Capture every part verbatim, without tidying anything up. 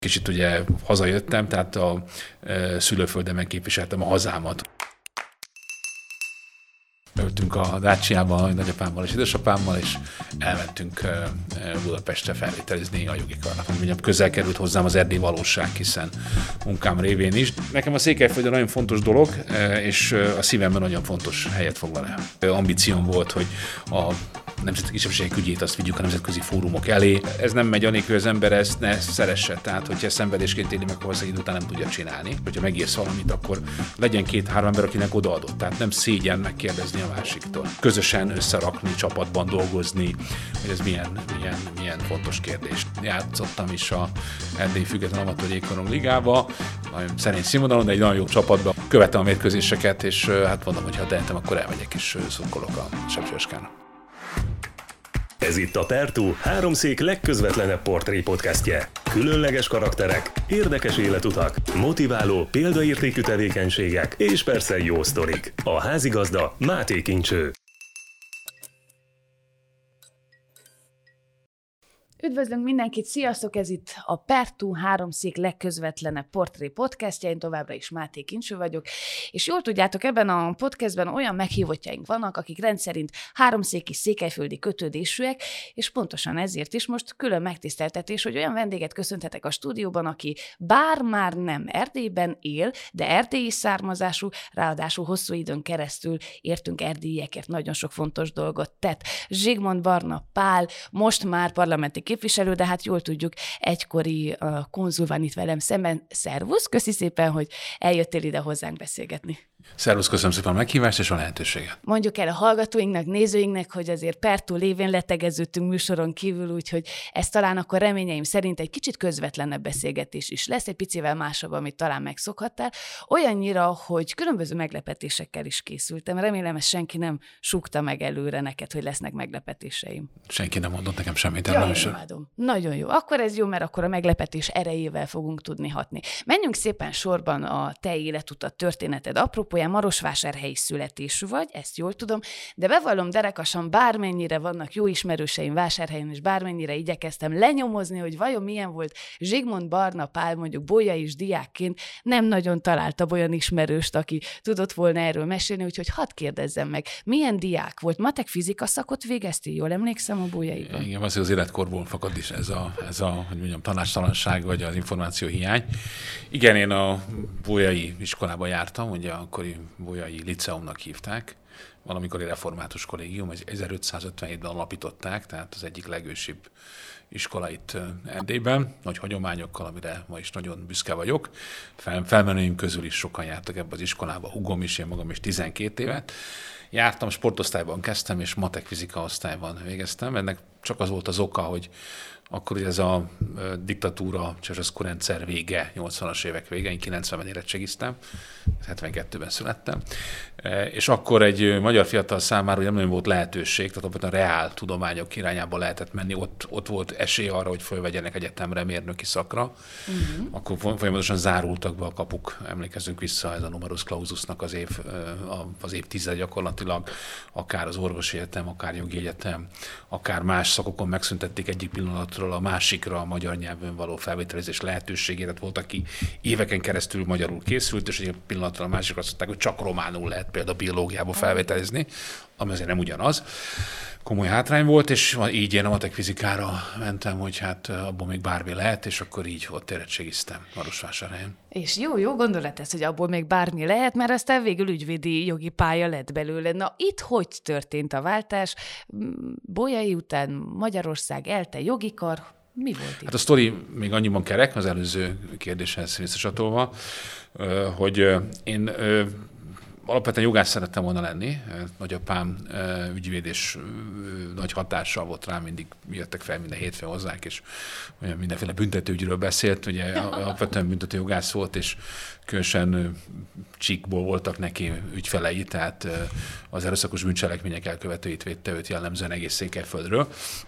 Kicsit ugye hazajöttem, tehát a e, szülőföldemen képviseltem a hazámat. Ültünk a Daciában, a nagyapámmal és édesapámmal, és elmentünk e, Budapestre felvételizni a jogikarnak. Mondjam, közel került hozzám az erdélyi valóság, hiszen munkám révén is. Nekem a Székelyföld nagyon fontos dolog, e, és a szívemben nagyon fontos helyet foglal el. Ambícióm volt, hogy a nemzeti kisebbségek ügyét azt vigyük a nemzetközi fórumok elé. Ez nem megy anélkül, hogy az ember ezt ne szeresse. Tehát, hogyha ezt szenvedésként éli meg, akkor az idő után nem tudja csinálni. Hogyha megírsz valamit, akkor legyen két-három ember, akinek odaadott. Tehát nem szégyen megkérdezni a másiktól. Közösen összerakni, csapatban dolgozni, hogy ez milyen, milyen, milyen fontos kérdés. Játszottam is a Erdélyi Független Amatőr Jégkorong Ligába, nagyon szerény színvonalon, de egy nagyon jó csapatban. Követtem a mérkőzéseket, és hát mondom, hogy ha tehetem, akkor elmegyek és szurkolok a Sepsőskának. Ez itt a Pertú háromszék legközvetlenebb portré podcastje. Különleges karakterek, érdekes életutak, motiváló, példaértékű tevékenységek és persze jó sztorik. A házigazda Máté Kincső. Üdvözlünk mindenkit, sziasztok! Ez itt a Pertú háromszék legközvetlenebb portré podcastja, én továbbra is Máté Kincső vagyok, és jól tudjátok, ebben a podcastben olyan meghívottjaink vannak, akik rendszerint háromszéki székelyföldi kötődésűek, és pontosan ezért is most külön megtiszteltetés, hogy olyan vendéget köszönhetek a stúdióban, aki bár már nem Erdélyben él, de erdélyi származású, ráadásul hosszú időn keresztül értünk erdélyiekért nagyon sok fontos dolgot tett. Zsigmond Barna Pál, most már parlamenti képviselő, de hát jól tudjuk, egykori uh, konzul van itt velem szemben. Szervusz, köszi szépen, hogy eljöttél ide hozzánk beszélgetni. Szervusz, köszönöm szépen a meghívást és a lehetőséget. Mondjuk el a hallgatóinknak, nézőinknek, hogy azért Pertú lévén letegeződtünk műsoron kívül, úgyhogy ez talán akkor reményeim szerint egy kicsit közvetlenebb beszélgetés is lesz, egy picivel másabb, amit talán megszokhattál. Olyannyira, hogy különböző meglepetésekkel is készültem. Remélem, ezt senki nem súgta meg előre neked, hogy lesznek meglepetéseim. Senki nem mondott nekem semmit. Jaj, nagyon jó. Akkor ez jó, mert akkor a meglepetés erejével fogunk tudni hatni. Menjünk szépen sorban a te életutat, történeted apropóján. Marosvásárhelyi születésű vagy, ezt jól tudom, de bevallom derekasan, bármennyire vannak jó ismerőseim Vásárhelyen, és bármennyire igyekeztem lenyomozni, hogy vajon milyen volt Zsigmond Barna Pál, mondjuk bolyais diákként, nem nagyon találtam olyan ismerőst, aki tudott volna erről mesélni, úgyhogy hadd kérdezzem meg, milyen diák volt? Matek fizika szakot végeztél, jól emlékszem a bolyaiban? Igen, az, az életkorból fakad is ez a, ez a hogy mondjam, tanácstalanság, vagy az információ hiány. Igen, én a bolyai iskolába jártam, ugye akkori bolyai liceumnak hívták, valamikori református kollégium, ez ezerötszázötvenhétben alapították, tehát az egyik legősibb iskola itt Erdélyben, nagy hagyományokkal, amire ma is nagyon büszke vagyok. Fel, felmenőim közül is sokan jártak ebbe az iskolába, húgom is, én magam is tizenkét évet. Jártam, sportosztályban kezdtem, és matek fizika osztályban végeztem. Ennek csak az volt az oka, hogy akkor ugye ez a diktatúra, Ceausescu rendszer vége, nyolcvanas évek vége, én kilencvenben érettségiztem, hetvenkettőben születtem, és akkor egy magyar fiatal számára ugye nem nagyon volt lehetőség, tehát a reál tudományok irányába lehetett menni, ott, ott volt esély arra, hogy fölvegyenek egyetemre, mérnöki szakra, uh-huh. Akkor folyamatosan zárultak be a kapuk, emlékezzünk vissza, ez a numerus claususnak az, év, az évtized gyakorlatilag, akár az orvosi egyetem, akár jogi egyetem, akár más szakokon megszüntették egyik pillanatról a másikra a magyar nyelven való felvételizés lehetőségét. Tehát volt, aki éveken keresztül magyarul készült, és egy pillanatról a másikra azt mondták, hogy csak románul lehet például biológiába felvételizni, ami azért nem ugyanaz. Komoly hátrány volt, és így én a matek fizikára mentem, hogy hát abból még bármi lehet, és akkor így ott érettségiztem Marosvásárhelyen. És jó, jó gondolat ez, hogy abból még bármi lehet, mert aztán végül ügyvédi jogi pálya lett belőle. Na itt hogy történt a váltás? Bolyai után Magyarország, ELTE, jogi kar, mi volt itt? Hát a sztori még annyiban kerek, az előző kérdéshez visszacsatolva, hogy én alapvetően jogász szerettem volna lenni. Nagyapám ügyvéd és nagy hatással volt rám, mindig jöttek fel minden hétfőn hozzánk, és mindenféle büntetőügyről beszélt. Ugye alapvetően büntetőjogász volt, és különösen csíkból voltak neki ügyfelei, tehát az erőszakos bűncselekmények elkövetőit védte őt jellemzően egész Székelyföldről.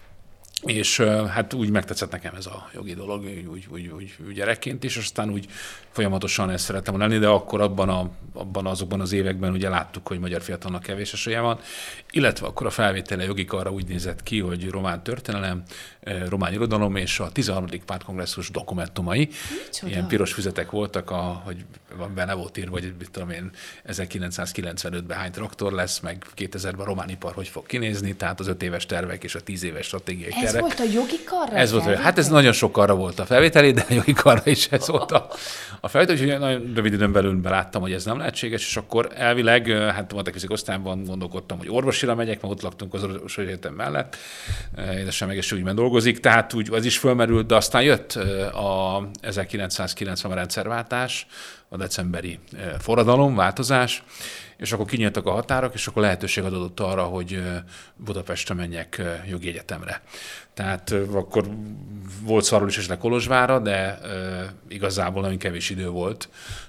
És hát úgy megtetszett nekem ez a jogi dolog, úgy, úgy, úgy, úgy gyerekként is, és aztán úgy folyamatosan ezt szerettem lenni, de akkor abban, a, abban azokban az években ugye láttuk, hogy magyar fiatalnak kevés esélye van, illetve akkor a felvétele jogi karra úgy nézett ki, hogy román történelem, román irodalom és a tizenharmadik pártkongresszus dokumentumai. Micsoda? Ilyen piros füzetek voltak, a, hogy benne volt írva, hogy mit tudom én, ezerkilencszázkilencvenötben hány traktor lesz, meg kétezerben a román ipar hogy fog kinézni, tehát az öt éves tervek és a tíz éves stratégiai ez tervek. volt a jogi karra? Ez volt, hát ez nagyon sok karra volt a felvételi, de a jogi karra is ez volt a, a felvétel, úgyhogy nagyon rövid időn belül beláttam, hogy ez nem lehetséges, és akkor elvileg, hát matematika osztályban gondolkodtam, hogy orvosira megyek, mert ott laktunk az orvosi egyetem mellett, édesem egészségügyben dolgozik, tehát úgy az is fölmerült, de aztán jött a ezerkilencszázkilencven rendszerváltás, a decemberi forradalom, változás, és akkor kinyíltak a határok, és akkor lehetőség adott arra, hogy Budapestre menjek jogi egyetemre. Tehát akkor volt szarul is esetleg Kolozsvárra, de igazából nagyon kevés idő volt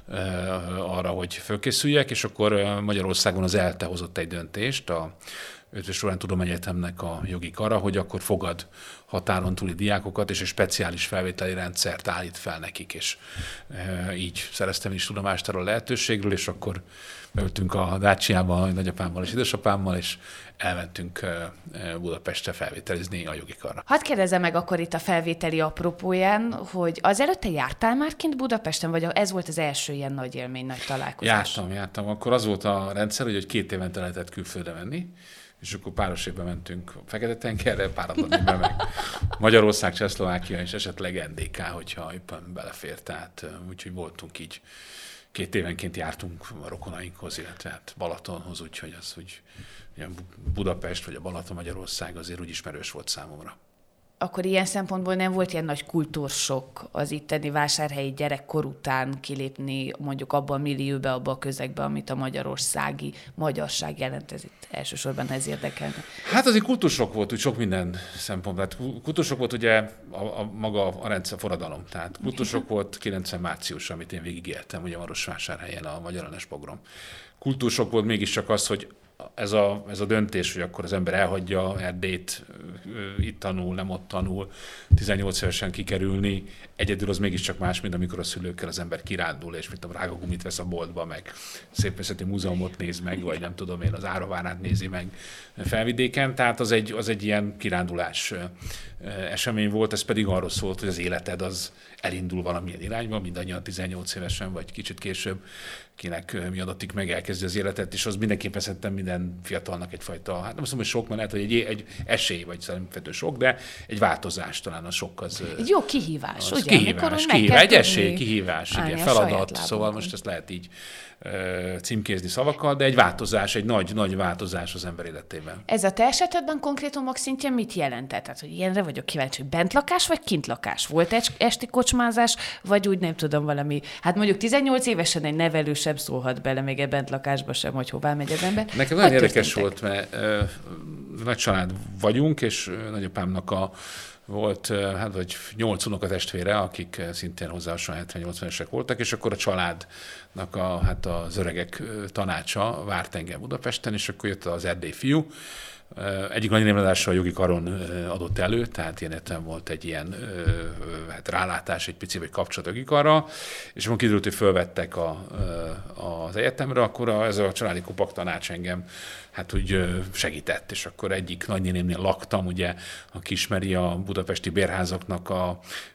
arra, hogy fölkészüljek, és akkor Magyarországon az ELTE hozott egy döntést, a Eötvös Loránd Tudományegyetemnek a jogi kara, hogy akkor fogad határon túli diákokat, és egy speciális felvételi rendszert állít fel nekik, és e, így szereztem is tudomást arról a lehetőségről, és akkor beültünk a Dacia-ba, a nagyapámmal és édesapámmal, és elmentünk Budapestre felvételizni a jogi karra. Hadd kérdezzem meg akkor itt a felvételi apropóján, hogy azelőtt te jártál már kint Budapesten, vagy ez volt az első ilyen nagy élmény, nagy találkozás? Jártam, jártam. Akkor az volt a rendszer, hogy két évente lehetett külföldre menni, és akkor páros évben mentünk Fekete-tengerre, páratlan évben meg Magyarország, Csehszlovákia és esetleg en dé ká, hogyha éppen belefér. Tehát úgyhogy voltunk így. Két évenként jártunk a rokonainkhoz, illetve hát Balatonhoz, úgyhogy az úgy Budapest vagy a Balaton Magyarország azért úgy ismerős volt számomra. Akkor ilyen szempontból nem volt ilyen nagy kultúrsok az itteni vásárhelyi gyerekkor után kilépni mondjuk abban a millióbe, abban a közegbe, amit a magyarországi magyarság jelent, ez itt elsősorban ez érdekelne. Hát azért kultúrsok volt, úgy sok minden szempontból. Hát kultúrsok volt ugye a, a maga a rendszer forradalom. Tehát kultúrsok volt kilencven március, amit én végigéltem, ugye Marosvásárhelyen a Magyar Ellenes pogrom. Kultúrsok volt mégiscsak az, hogy Ez a, ez a döntés, hogy akkor az ember elhagyja Erdélyt, itt tanul, nem ott tanul, tizennyolc évesen kikerülni, egyedül az mégiscsak más, mint amikor a szülőkkel az ember kirándul, és mint a rágagumit vesz a boltba, meg szépművészeti múzeumot néz meg, vagy nem tudom én, az Áravárát nézi meg Felvidéken, tehát az egy, az egy ilyen kirándulás esemény volt, ez pedig arról szólt, hogy az életed az elindul valamilyen irányba, mindannyian tizennyolc évesen, vagy kicsit később, kinek mi adatik meg, elkezdi az életet, és az mindenképpen szerintem minden fiatalnak egyfajta, hát nem azt mondom, hogy sok, mert lehet, hogy egy, egy esély, vagy szerintem sok, de egy változás, talán a sok az... Egy jó kihívás, az ugye? Kihívás, kihívás egy esély, kihívás, igen, feladat, szóval most ezt lehet így uh, címkézni szavakkal, de egy változás, egy nagy, nagy változás az ember életében. Ez a te esetedben konkrétumok szintjén mit jelentett? Tehát, hogy ilyenre vagyok kíváncsi, hogy bentlakás vagy kintlakás? Volt egy esti kocsmázás, vagy úgy nem tudom valami, hát mondjuk tizennyolc évesen egy nevelő sem szólhat bele még egy bentlakásba sem, hogy hová megy az ember. Nekem nagyon érdekes volt, mert uh, nagy család vagyunk, és uh, nagyapámnak a volt hát vagy nyolc unokatestvére, akik szintén hozzá hasonlóan hetven-nyolcvanesek voltak, és akkor a családnak a, hát az öregek tanácsa várt engem Budapesten, és akkor jött az erdélyi fiú. Egyik nagy névledással a jogi karon adott elő, tehát ilyen értelemben volt egy ilyen hát rálátás, egy pici vagy kapcsolat jogi karra, és amikor kiderült, hogy fölvettek a, az egyetemre, akkor a, ez a családi kompakt tanács engem hát úgy segített, és akkor egyik nagynénémnél laktam, ugye, aki ismeri a budapesti bérházaknak a,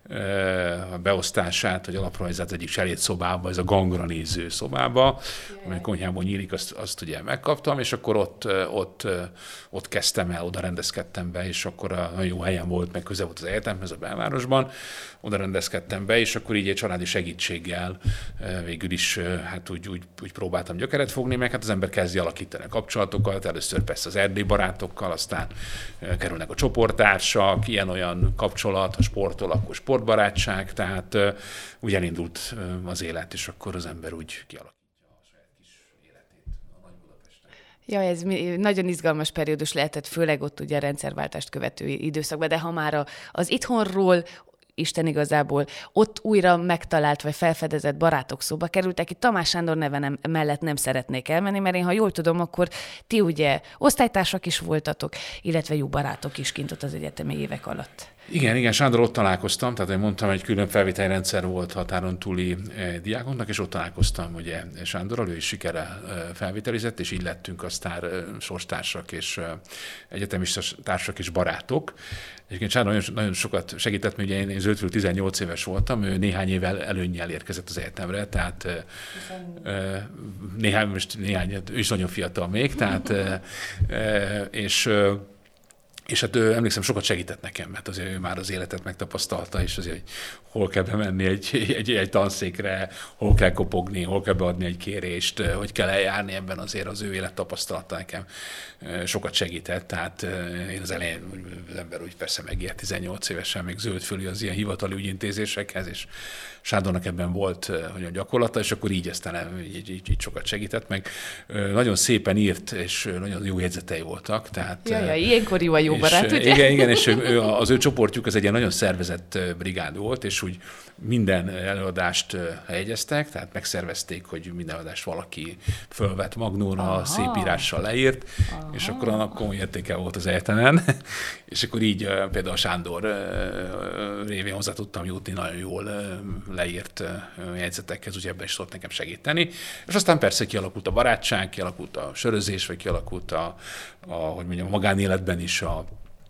a beosztását, vagy alaprajzát egyik cselédszobába, ez a gangra néző szobába, amely konyhából nyílik, azt, azt ugye megkaptam, és akkor ott, ott, ott kezdtem el, oda rendezkedtem be, és akkor a, nagyon jó helyen volt, meg közel volt az egyetemhez a belvárosban, oda rendezkedtem be, és akkor így egy családi segítséggel végül is hát úgy, úgy, úgy próbáltam gyökeret fogni, meg hát az ember kezdi alakítani a kapcsolatokat, először persze az erdélyi barátokkal, aztán kerülnek a csoporttársak, ilyen-olyan kapcsolat, ha sportol, akkor sportbarátság, tehát úgy elindult az élet, és akkor az ember úgy kialakítja a saját kis életét a Nagy Budapesten. Ja, ez nagyon izgalmas periódus lehetett, főleg ott ugye a rendszerváltást követő időszakban, de ha már az itthonról Isten igazából ott újra megtalált vagy felfedezett barátok szóba kerültek. Itt Tamás Sándor neve nem, mellett nem szeretnék elmenni, mert én, ha jól tudom, akkor ti ugye osztálytársak is voltatok, illetve jó barátok is kint ott az egyetemi évek alatt. Igen, igen, Sándor, ott találkoztam, tehát én mondtam, egy külön felvételrendszer volt határon túli eh, diákoknak, és ott találkoztam ugye Sándorral, ő is sikerrel eh, felvételizett, és így lettünk aztán eh, sorstársak és eh, egyetemista társak és barátok. Egyébként Sándor nagyon, nagyon sokat segített, mert ugye én, én zöldfülű tizennyolc éves voltam, ő néhány évvel előnnyel érkezett az egyetemre, tehát eh, néhány, most néhány, ő is nagyon fiatal még, tehát eh, eh, és eh, És hát ő, emlékszem, sokat segített nekem, mert azért ő már az életet megtapasztalta, és azért, hogy hol kell bemenni egy, egy, egy tanszékre, hol kell kopogni, hol kell beadni egy kérést, hogy kell eljárni, ebben azért az ő élettapasztalata nekem sokat segített. Tehát én az elején az ember úgy persze megért tizennyolc évesen, még zöldfülű az ilyen hivatali ügyintézésekhez, és Sándornak ebben volt olyan gyakorlata, és akkor így aztán így, így, így sokat segített, meg nagyon szépen írt, és nagyon jó jegyzetei voltak. Tehát, Jaj, jaj, ilyenkor jó a jó barát, ugye? Igen, igen, és ő, az ő csoportjuk az egy ilyen nagyon szervezett brigád volt, és úgy minden előadást jegyeztek, tehát megszervezték, hogy minden előadást valaki fölvett magnóra, aha, szép írással leírt, aha, és akkor annak komoly értéke volt az egyetemen, és akkor így például a Sándor révén hozzá tudtam jutni nagyon jól leírt jegyzetekhez, úgyhogy ebben is tudott nekem segíteni. És aztán persze kialakult a barátság, kialakult a sörözés, vagy kialakult a, a hogy mondjam, a magánéletben is, a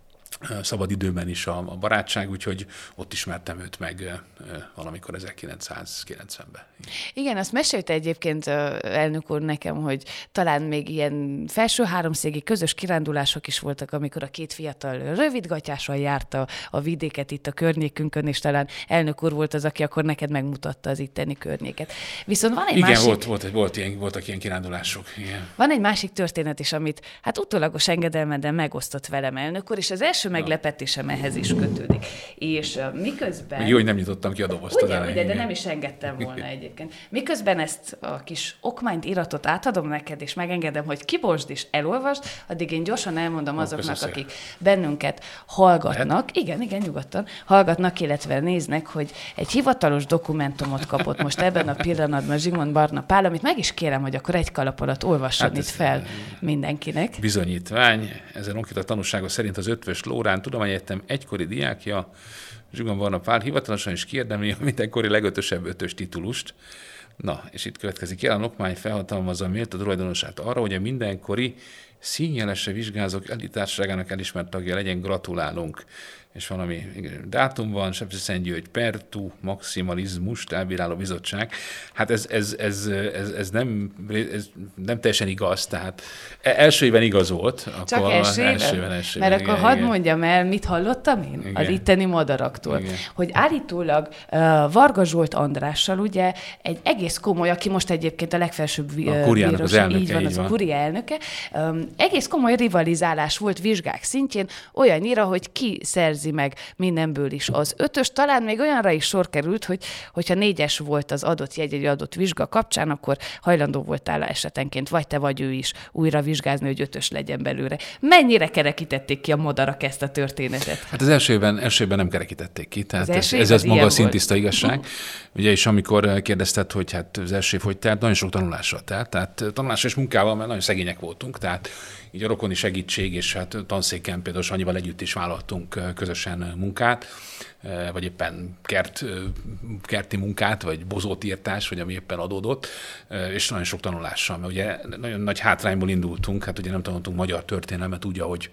szabad időben is a, a barátság, úgyhogy ott ismertem őt meg valamikor ezerkilencszázkilencvenben. Igen, azt mesélte egyébként elnök úr nekem, hogy talán még ilyen felső háromszégi közös kirándulások is voltak, amikor a két fiatal rövidgatyással járta a vidéket itt a környékünkön, és talán elnök úr volt az, aki akkor neked megmutatta az itteni környéket. Viszont van egy igen, másik... volt, volt, volt ilyen, voltak ilyen kirándulások. Igen. Van egy másik történet is, amit hát utólagos engedelmeden megosztott velem elnök úr, és az első meglepetésem ehhez is kötődik. És uh, miközben... Jó, hogy nem nyitottam ki a dobozt ugye, ugye, de nem is engedtem volna egyébként. Miközben ezt a kis okmányt, iratot átadom neked, és megengedem, hogy kiborsd és elolvasd, addig én gyorsan elmondom oh, azoknak, köszönöm. Akik bennünket hallgatnak, lehet? igen, igen, nyugodtan, hallgatnak, illetve néznek, hogy egy hivatalos dokumentumot kapott most ebben a pillanatban Zsigmond Barna Pál, amit meg is kérem, hogy akkor egy kalap alatt olvasson hát itt fel mindenkinek. Bizonyítvány. Ezen okított tanúsága szerint az Ötvös Lórán Tudományegyetem egykori diákja, Zsigmond Barna Pál hivatalosan is kiérdemli a mindenkori legötösebb ötös titulust. Na, és itt következik el, a okmány felhatalmazza a méltó tulajdonosát arra, hogy a mindenkori színjelesre vizsgázók elitársaságának elismert tagja legyen, gratulálunk. És valami dátum van, Sepsiszentgyörgy Pertu Maximalizmust elbíráló bizottság. Hát ez, ez, ez, ez, ez, nem, ez nem teljesen igaz, tehát első évben igaz volt. Csak akkor első évben? Első évben, első Mert igen, akkor hadd igen. mondjam el, mit hallottam én igen. az itteni madaraktól. Igen. Hogy állítólag uh, Varga Zsolt Andrással ugye egy egész komoly, aki most egyébként a legfelsőbb a kuriának az elnöke, így van, az a kuria elnöke, um, egész komoly rivalizálás volt vizsgák szintjén, olyannyira, hogy ki szerzi meg mindenből is az ötös. Talán még olyanra is sor került, hogy hogyha négyes volt az adott jegy egy adott vizsga kapcsán, akkor hajlandó voltál esetenként, vagy te vagy ő is újra vizsgázni, hogy ötös legyen belőle. Mennyire kerekítették ki a madarak ezt a történetet? Hát az elsőben, elsőben nem kerekítették ki, tehát ez, ez, ez maga a szintiszta igazság. Ugye, és amikor kérdezted, hogy hát az első év hogy telt, nagyon sok tanulással telt, tehát tanulással és munkával, mert nagyon szegények voltunk, tehát így a rokoni segítség, és hát tanszéken például Sanyival együtt is vállaltunk közösen munkát, vagy éppen kert, kerti munkát, vagy bozótírtás, vagy ami éppen adódott, és nagyon sok tanulással, mert ugye nagyon nagy hátrányból indultunk, hát ugye nem tanultunk magyar történelmet úgy, ahogy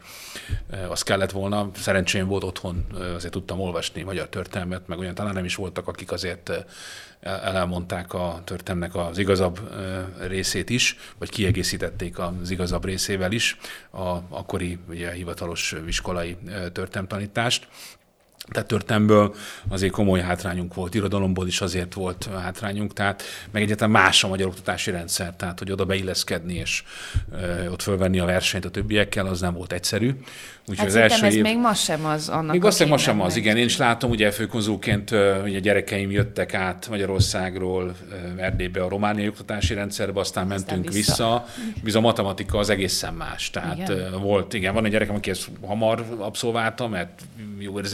az kellett volna. Szerencsém volt otthon, azért tudtam olvasni magyar történelmet, meg olyan tanáraim is voltak, akik azért elmondták a történelmnek az igazabb részét is, vagy kiegészítették az igazabb részével is a akkori ugye, hivatalos iskolai történelemtanítást. Tehát történelmből azért komoly hátrányunk volt, irodalomból is azért volt hátrányunk, tehát meg egyáltalán más a magyar oktatási rendszer, tehát hogy oda beilleszkedni és ö, ott fölvenni a versenyt a többiekkel, az nem volt egyszerű. Úgyhogy hát az első ez év... még ma sem az annak. Még azt ma sem az, igen. Én is látom, ugye főkonzulként ugye gyerekeim jöttek át Magyarországról Erdélybe a romániai oktatási rendszerbe, aztán, aztán mentünk vissza. vissza. Biz a matematika az egészen más. Tehát igen. volt, igen, van egy gyerekem, aki ezt hamar abszolválta, mert jó érzéke a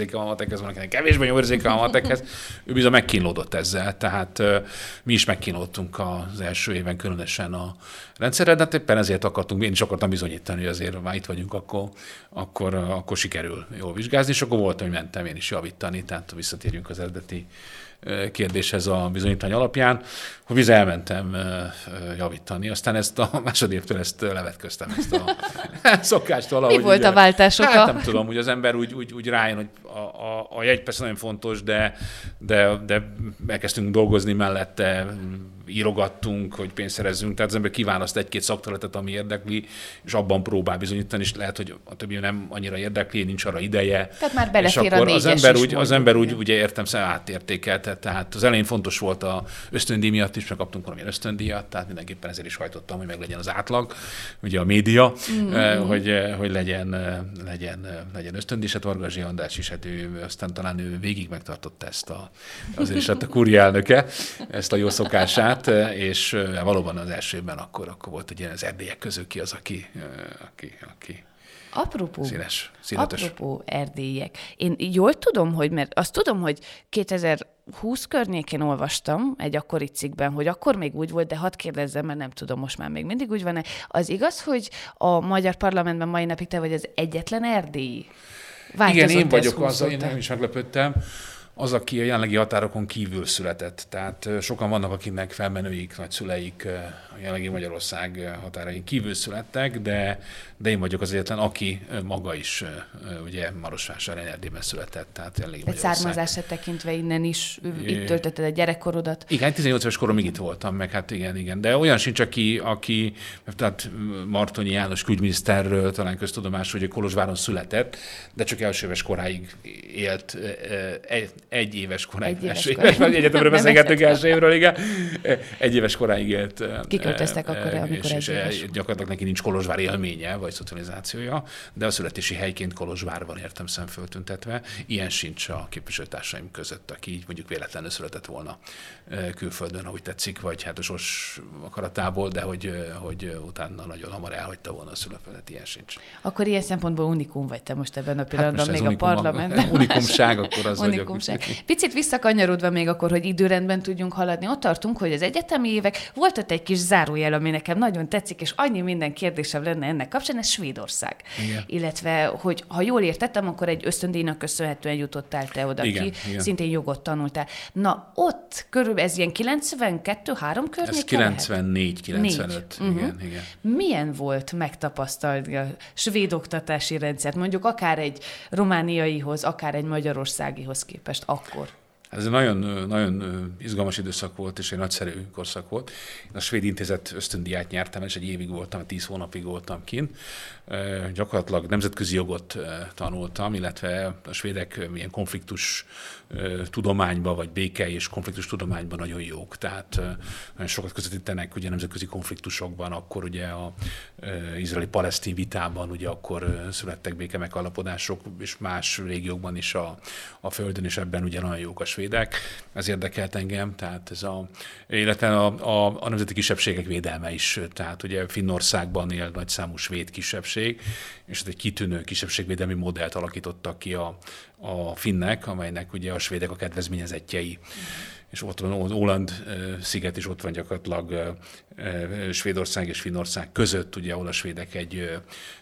matekhez, van, akinek kevésbé jó érzéke a matekhez. Ő bizony megkínlódott ezzel, tehát mi is megkínlódtunk az első éven különösen a rendszerre, de éppen ezért akartunk, én is akartam bizonyítani, hogy azért már itt vagyunk, akkor, akkor, akkor sikerül jól vizsgázni, és akkor volt, hogy mentem én is javítani, tehát visszatérjünk az eredeti kérdéshez a bizonyítvány alapján, hogy bizony elmentem javítani. Aztán ezt a másodévtől ezt levetköztem, ezt a szokást valahogy. Mi volt ugye, a váltás oka? Hát nem tudom, hogy az ember úgy, úgy, úgy rájön, hogy a, a, a jegy persze nagyon fontos, de, de, de elkezdtünk dolgozni mellette, írogattunk, hogy pénzt szerezzünk, tehát az ember kiválaszt egy-két szakterületet, ami érdekli, és abban próbál bizonyítani, és lehet, hogy a többi nem annyira érdekli, nincs arra ideje. Tehát már belefér a négyes az ember is úgy, az ember úgy, ugye értem, szóval átértékelte, tehát az elején fontos volt a ösztöndíj miatt is, megkaptunk valamilyen ösztöndíjat, tehát mindenképpen ezért is hajtottam, hogy meg legyen az átlag, ugye a média, mm-hmm. hogy, hogy legyen, legyen, legyen ösztöndíj, és hát Varga Zsi András is, hát ő, aztán talán ő végig megtartotta ezt a, azért is lett a kúria elnöke, ezt a jó szokását, és valóban az első évben akkor, akkor volt egy ilyen az erdélyek közül ki az, aki, aki, aki Apropó, színes, színetes. Apropó erdélyek. Én jól tudom, hogy, mert azt tudom, hogy kétezer-húsz környékén olvastam egy akkori cikkben, hogy akkor még úgy volt, de hadd kérdezzem, mert nem tudom, most már még mindig úgy van-e. Az igaz, hogy a magyar parlamentben mai napig te vagy az egyetlen erdélyi? Igen, én vagyok az, én nem is meglepődtem. Az, aki a jelenlegi határokon kívül született. Tehát sokan vannak, akiknek felmenőik, nagyszüleik a jelenlegi Magyarország határain kívül születtek, de, de én vagyok az egyetlen, aki maga is ugye Marosvásárhelyen, Erdélyben született. Tehát jelenlegi Magyarország. Származását tekintve innen is itt töltötted a gyerekkorodat. Igen, tizennyolc éves koromig itt voltam, meg hát igen, igen. De olyan sincs, aki, aki tehát Martonyi János külügyminiszterről talán köztudomás, hogy Kolozsváron született, de csak első éves koráig élt egy, egy éves koráig. Egy éves koráig. Egyetemről beszélgettünk első évről, igen. Egy éves koráig élt. Kiköltöztek akkor, amikor és, egy és gyakorlatilag neki nincs Kolozsvár élménye, vagy szocializációja, de a születési helyként Kolozsvárban értem szem föltüntetve. Ilyen sincs a képviselőtársaim között, aki így mondjuk véletlenül született volna külföldön, ahogy tetszik, vagy hát a sors akaratából, de hogy, hogy utána nagyon hamar elhagyta volna a szülőföldet, ilyen sincs. Akkor ilyen szempontból unikum vagy te most ebben a pillanatban, hát még unikum, a parlamentben. Unikumság akkor az Unikumság. Picit visszakanyarodva még akkor, hogy időrendben tudjunk haladni. Ott tartunk, hogy az egyetemi évek, volt ott egy kis zárójel, ami nekem nagyon tetszik, és annyi minden kérdésem lenne ennek kapcsán, ez Svédország. Igen. Illetve, hogy ha jól értettem, akkor egy ösztöndíjnak köszönhetően jutottál te oda igen, ki, igen. Szintén jogot tanultál. Na, ott körülbelül ez ilyen kilencvenkettő három környéken Ez kilencvennégy kilencvenöt. Igen, uh-huh. igen. Milyen volt megtapasztalni a svéd oktatási rendszert, mondjuk akár egy romániaihoz, akár egy magyarországihoz képest akkor? Ez egy nagyon, nagyon izgalmas időszak volt, és egy nagyszerű korszak volt. Én a Svéd Intézet ösztöndíját nyertem, és egy évig voltam, tíz hónapig voltam kint. Gyakorlatilag nemzetközi jogot tanultam, illetve a svédek ilyen konfliktus tudományban, vagy béke és konfliktus tudományban nagyon jók. Tehát nagyon sokat közvetítenek ugye nemzetközi konfliktusokban, akkor ugye a izraeli-palesztin vitában, ugye akkor születtek béke megállapodások, és más régiókban is a, a Földön, és ebben ugye nagyon jók a svédek. Ez érdekelt engem, tehát ez a, illetve a, a, a nemzeti kisebbségek védelme is, tehát ugye Finnországban él nagyszámú svéd kisebbség, és egy kitűnő kisebbségvédelmi modellt alakítottak ki a, a finnek, amelynek ugye a svédek a kedvezményezettjei. És ott van az Åland sziget is, ott van gyakorlatilag Svédország és Finnország között, ugye, ahol a svédek egy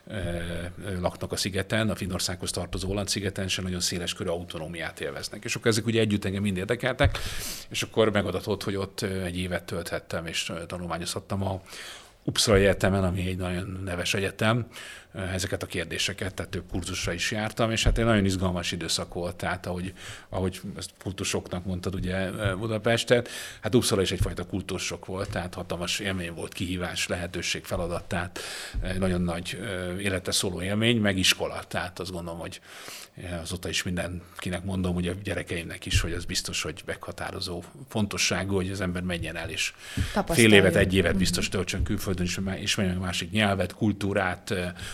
laknak a szigeten, a Finnországhoz tartozó Åland szigeten, és nagyon széles körű autonómiát élveznek. És akkor ezek ugye együtt engem mind érdekeltek, és akkor megadatott, hogy ott egy évet tölthettem, és tanulmányozhattam a Uppsala Egyetemen, ami egy nagyon neves egyetem, ezeket a kérdéseket, tehát több kurzusra is jártam, és hát egy nagyon izgalmas időszak volt, tehát ahogy, ahogy ezt kultursoknak mondtad ugye Budapestet, hát Uppsala is egyfajta kultursok volt, tehát hatalmas élmény volt, kihívás, lehetőség, feladat, tehát nagyon nagy életre szóló élmény, meg iskola, tehát azt gondolom, hogy azóta is mindenkinek mondom, hogy a gyerekeimnek is, hogy az biztos, hogy meghatározó fontosságú, hogy az ember menjen el, és fél évet, egy évet biztos töltsön külföldön, és ismerjen a másik nyelvet, kultúrát,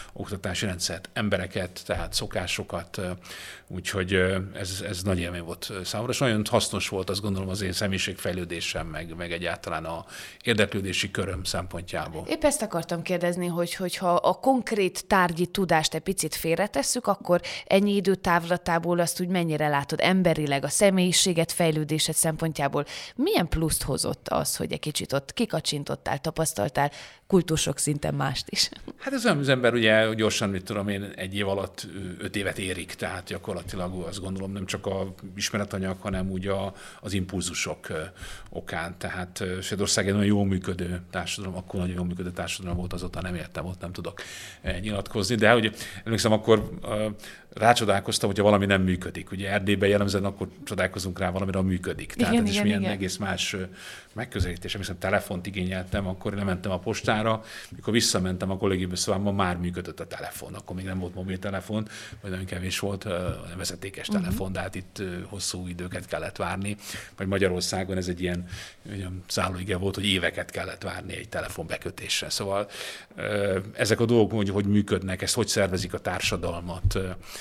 oktatási rendszert, embereket, tehát szokásokat, úgyhogy ez, ez nagy élmény volt számomra, és nagyon hasznos volt, azt gondolom, az én személyiségfejlődésem, meg, meg egyáltalán a érdeklődési köröm szempontjából. Épp ezt akartam kérdezni, hogy hogyha a konkrét tárgyi tudást egy picit félretesszük, akkor ennyi idő távlatából azt úgy mennyire látod emberileg, a személyiséget, fejlődésed szempontjából. Milyen pluszt hozott az, hogy egy kicsit ott kikacsintottál, tapasztaltál kultúrsok szinten mást is? Hát ez olyan, az ember ugye gyorsan, mit tudom én, egy év alatt öt évet érik, tehát gyakorlatilag azt gondolom nem csak a ismeretanyag, hanem úgy a, az impulzusok okán. Tehát Svédország egy nagyon jól működő társadalom, akkor nagyon jól működő társadalom volt, azóta nem értem, ott nem tudok nyilatkozni, de hogy emlékszem, akkor rácsodálkoztam, hogyha valami nem működik. Ugye Erdélyben jellemzően akkor csodálkozunk rá valamire, működik. Tehát igen, ez igen, is milyen igen. egész más megközelítés. Emlékszem, telefont igényeltem, akkor lementem a postára, mikor visszamentem a kollégiumi szobámban, már működött a telefon. Akkor még nem volt mobiltelefon, vagy nagyon kevés volt a vezetékes uh-huh. telefon, de hát itt hosszú időket kellett várni. Vagy Magyarországon ez egy ilyen, ilyen szállóige volt, hogy éveket kellett várni egy telefon bekötésre. Szóval ezek a dolgok, hogy, hogy működnek, ezt hogy szervezik a társadalmat,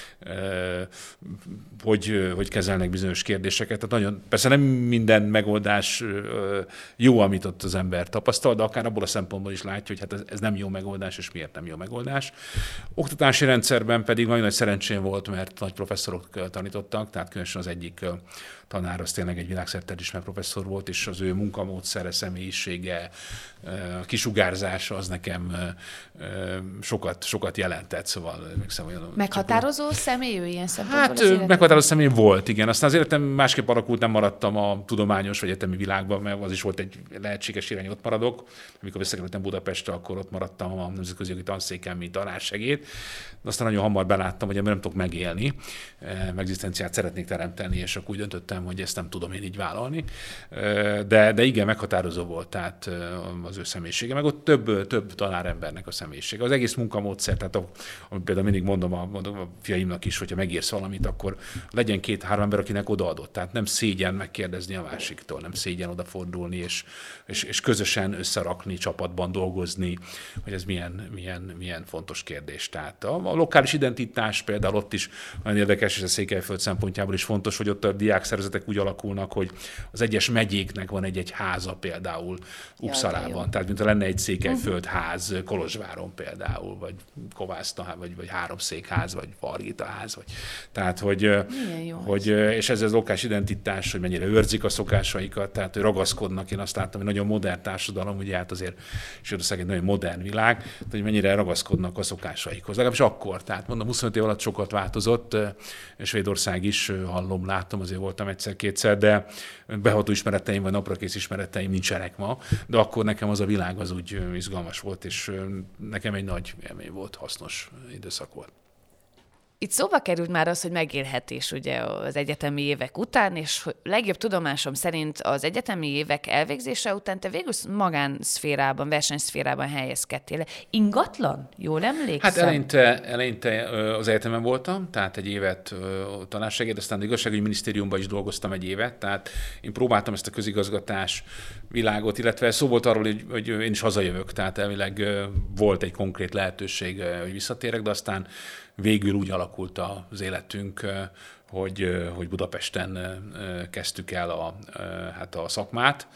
hogy, hogy kezelnek bizonyos kérdéseket. Tehát nagyon, persze nem minden megoldás jó, amit ott az ember tapasztal, de akár abból a szempontból is látja, hogy hát ez, ez nem jó megoldás, és miért nem jó megoldás. Oktatási rendszerben pedig nagyon nagy szerencsém volt, mert nagy professzorok tanítottak, tehát különösen az egyik tanár, az tényleg egy világszerte ismert professzor volt, és az ő munkamódszere, személyisége, kisugárzása az nekem sokat, sokat jelentett. Szóval, olyan, meghatározó személy ő ilyen szempontból? Hát meghatározó személy volt, igen. Aztán az életem másképp alakult, nem maradtam a tudományos vagy egyetemi világban, mert az is volt egy lehetséges irány, ott maradok. Amikor visszakerültem Budapestre, akkor ott maradtam a nemzetközi jogi tanszéken, mint tanársegéd. De aztán nagyon hamar beláttam, hogy nem tudok megélni, egzisztenciát szeretnék teremteni, és akkor úgy döntöttem, hogy ezt nem tudom én így vállalni. De, de igen, meghatározó volt tehát az ő személyisége, meg ott több, több tanárembernek a személyisége. Az egész munkamódszer, tehát a, amit például mindig mondom a, mondom a fiaimnak is, hogyha megírsz valamit, akkor legyen két-három ember, akinek odaadott. Tehát nem szégyen megkérdezni a másiktól, nem szégyen odafordulni, és, és, és közösen összerakni, csapatban dolgozni, hogy ez milyen, milyen, milyen fontos kérdés. Tehát a, a lokális identitás például ott is nagyon érdekes, és a Székelyföld szempontjából is fontos, hogy ott a diákszervezetek úgy alakulnak, hogy az egyes megyéknek van egy-egy háza például Uppsalában. Ja, tehát mint ha lenne egy Székelyföld ház Kolozsváron például, vagy Kovászna, vagy, vagy Háromszékház, vagy Vargita ház. Vagy. Tehát, hogy, hogy és ez az lokális identitás, hogy mennyire őrzik a szokásaikat, tehát hogy ragaszkodnak. Én azt láttam, hogy nagyon modern társadalom, ugye hát azért Svédország egy nagyon modern világ, hogy mennyire ragaszkodnak a szokásaikhoz. Legalábbis akkor, tehát mondom, huszonöt év alatt sokat változott, Svédország is, hallom, látom, azért voltam egyszer-kétszer, de beható ismereteim, vagy naprakész ismereteim nincsenek ma, de akkor nekem az a világ az úgy izgalmas volt, és nekem egy nagy élmény volt, hasznos időszak volt. Itt szóba került már az, hogy megélhetés ugye az egyetemi évek után, és legjobb tudomásom szerint az egyetemi évek elvégzése után te végül magánszférában, versenyszférában helyezkedtél. Ingatlan? Jól emlékszem? Hát eleinte, eleinte az egyetemen voltam, tehát egy évet tanársegéd, aztán az igazságügyi minisztériumban is dolgoztam egy évet, tehát én próbáltam ezt a közigazgatás világot, illetve szó volt arról, hogy, hogy én is hazajövök, tehát elvileg volt egy konkrét lehetőség, hogy visszatérek, de aztán végül úgy alakult az életünk, hogy, hogy Budapesten kezdtük el a, hát a szakmát.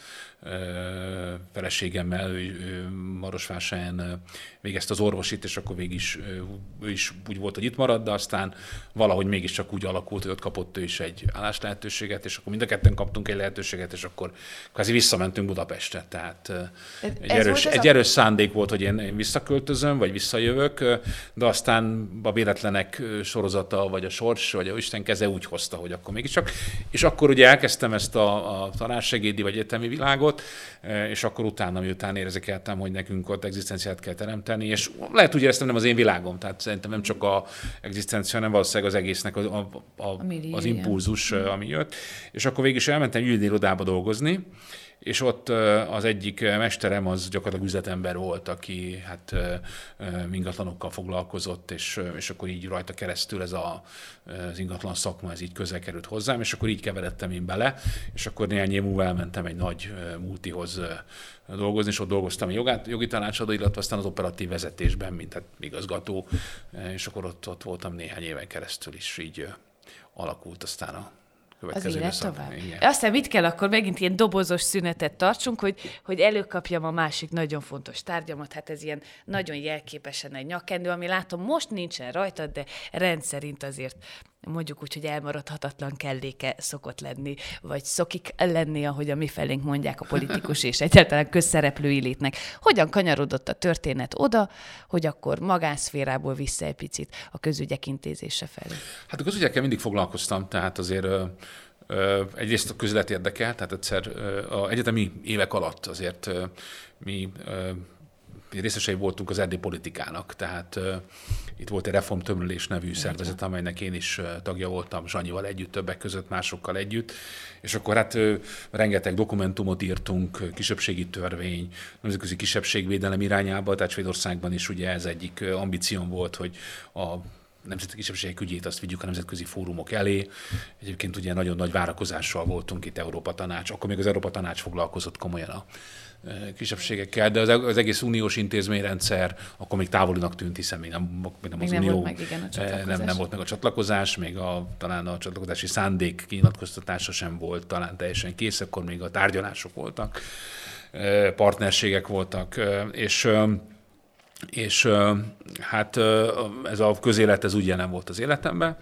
Feleségemmel, ő, ő Marosvásárhelyen végezte az orvosit, és akkor végig is, ő is úgy volt, hogy itt marad, de aztán valahogy mégiscsak úgy alakult, hogy ott kapott ő is egy álláslehetőséget, és akkor mind a ketten kaptunk egy lehetőséget, és akkor kvázi visszamentünk Budapestre. Tehát egy erős, egy erős szándék volt, hogy én, én visszaköltözöm, vagy visszajövök, de aztán a véletlenek sorozata, vagy a sors, vagy a Isten keze úgy hozta, hogy akkor mégiscsak. És akkor ugye elkezdtem ezt a, a tanársegédi vagy egyetemi világot, és akkor utána, miután érzékeltem, hogy nekünk ott egzisztenciát kell teremteni, és lehet úgy éreztem, nem az én világom, tehát szerintem nem csak az egzisztencia, hanem valószínűleg az egésznek a, a, a, az impulzus, ami jött. És akkor végig is elmentem ügyirodába dolgozni, és ott az egyik mesterem az gyakorlatilag üzletember volt, aki hát ingatlanokkal foglalkozott, és, és akkor így rajta keresztül ez a, az ingatlan szakma, ez így közel került hozzám, és akkor így keveredtem én bele, és akkor néhány év múlva elmentem egy nagy multihoz dolgozni, és ott dolgoztam a jogát, jogi tanácsadó, illetve aztán az operatív vezetésben, mint hát igazgató, és akkor ott, ott voltam néhány éven keresztül is, így alakult aztán a az élet tovább. Igen. Aztán mit kell akkor megint ilyen dobozos szünetet tartsunk, hogy, hogy előkapjam a másik nagyon fontos tárgyamat, hát ez ilyen nagyon jelképesen egy nyakkendő, ami látom most nincsen rajtad, de rendszerint azért mondjuk úgy, hogy elmaradhatatlan kelléke szokott lenni, vagy szokik lenni, ahogy a mi felénk mondják a politikus és egyáltalán közszereplői létnek. Hogyan kanyarodott a történet oda, hogy akkor magánszférából vissza egy picit a közügyek intézése felé? Hát a közügyekkel mindig foglalkoztam, tehát azért ö, ö, egyrészt a közület érdekel, tehát egyszer ö, az egyetemi évek alatt azért ö, mi ö, részesei voltunk az erdélyi politikának, tehát uh, itt volt egy Reformtömlés nevű szervezet, amelynek én is uh, tagja voltam, Zsanyival együtt, többek között másokkal együtt, és akkor hát uh, rengeteg dokumentumot írtunk, kisebbségi törvény, nemzetközi kisebbségvédelem irányába, tehát Svédországban is ugye ez egyik uh, ambícióm volt, hogy a nemzeti kisebbségek ügyét azt vigyük a nemzetközi fórumok elé. Egyébként ugye nagyon nagy várakozással voltunk itt Európa Tanács, akkor még az Európa Tanács foglalkozott komolyan a kisebbségekkel, de az egész uniós intézményrendszer akkor még távolinak tűnt, hiszen még nem, még nem még az nem unió, volt meg, igen, a nem, nem volt meg a csatlakozás, még a, talán a csatlakozási szándék kinyilatkoztatása sem volt talán teljesen kész, akkor még a tárgyalások voltak, partnerségek voltak, és és hát ez a közélet ez úgy jelen volt az életemben.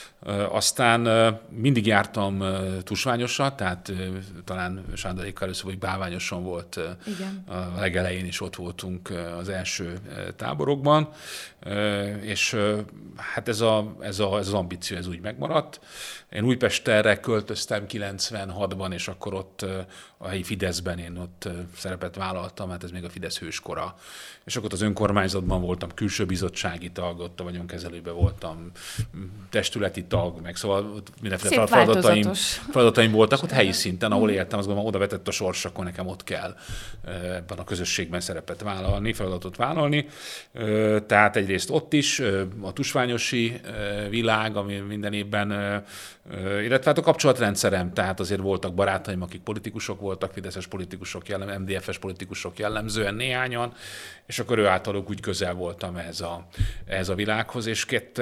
Aztán mindig jártam tusványosra, tehát talán Sándorékkal először, hogy bálványoson volt. Igen. A legelején is ott voltunk az első táborokban, és hát ez, a, ez, a, ez az ambíció ez úgy megmaradt. Én Újpesterre költöztem kilencvenhatban, és akkor ott a helyi Fideszben én ott szerepet vállaltam, hát ez még a Fidesz hőskora. És akkor ott az önkormányzatban voltam, külső bizottsági tag, ott a vagyonkezelőben voltam, testületi tag, meg szóval mindenféle feladataim, feladataim voltak ott helyi szinten, ahol éltem, azt gondolom, oda vetett a sors, akkor nekem ott kell ebben a közösségben szerepet vállalni, feladatot vállalni. Tehát egyrészt ott is, a tusványosi világ, ami minden évben, illetve hát a kapcsolatrendszerem, tehát azért voltak barátaim, akik politikusok voltak, fideszes politikusok, jellem, em dé ef-es politikusok jellemzően néhányan, és akkor ő általuk úgy közel voltam ehhez a, ehhez a világhoz, és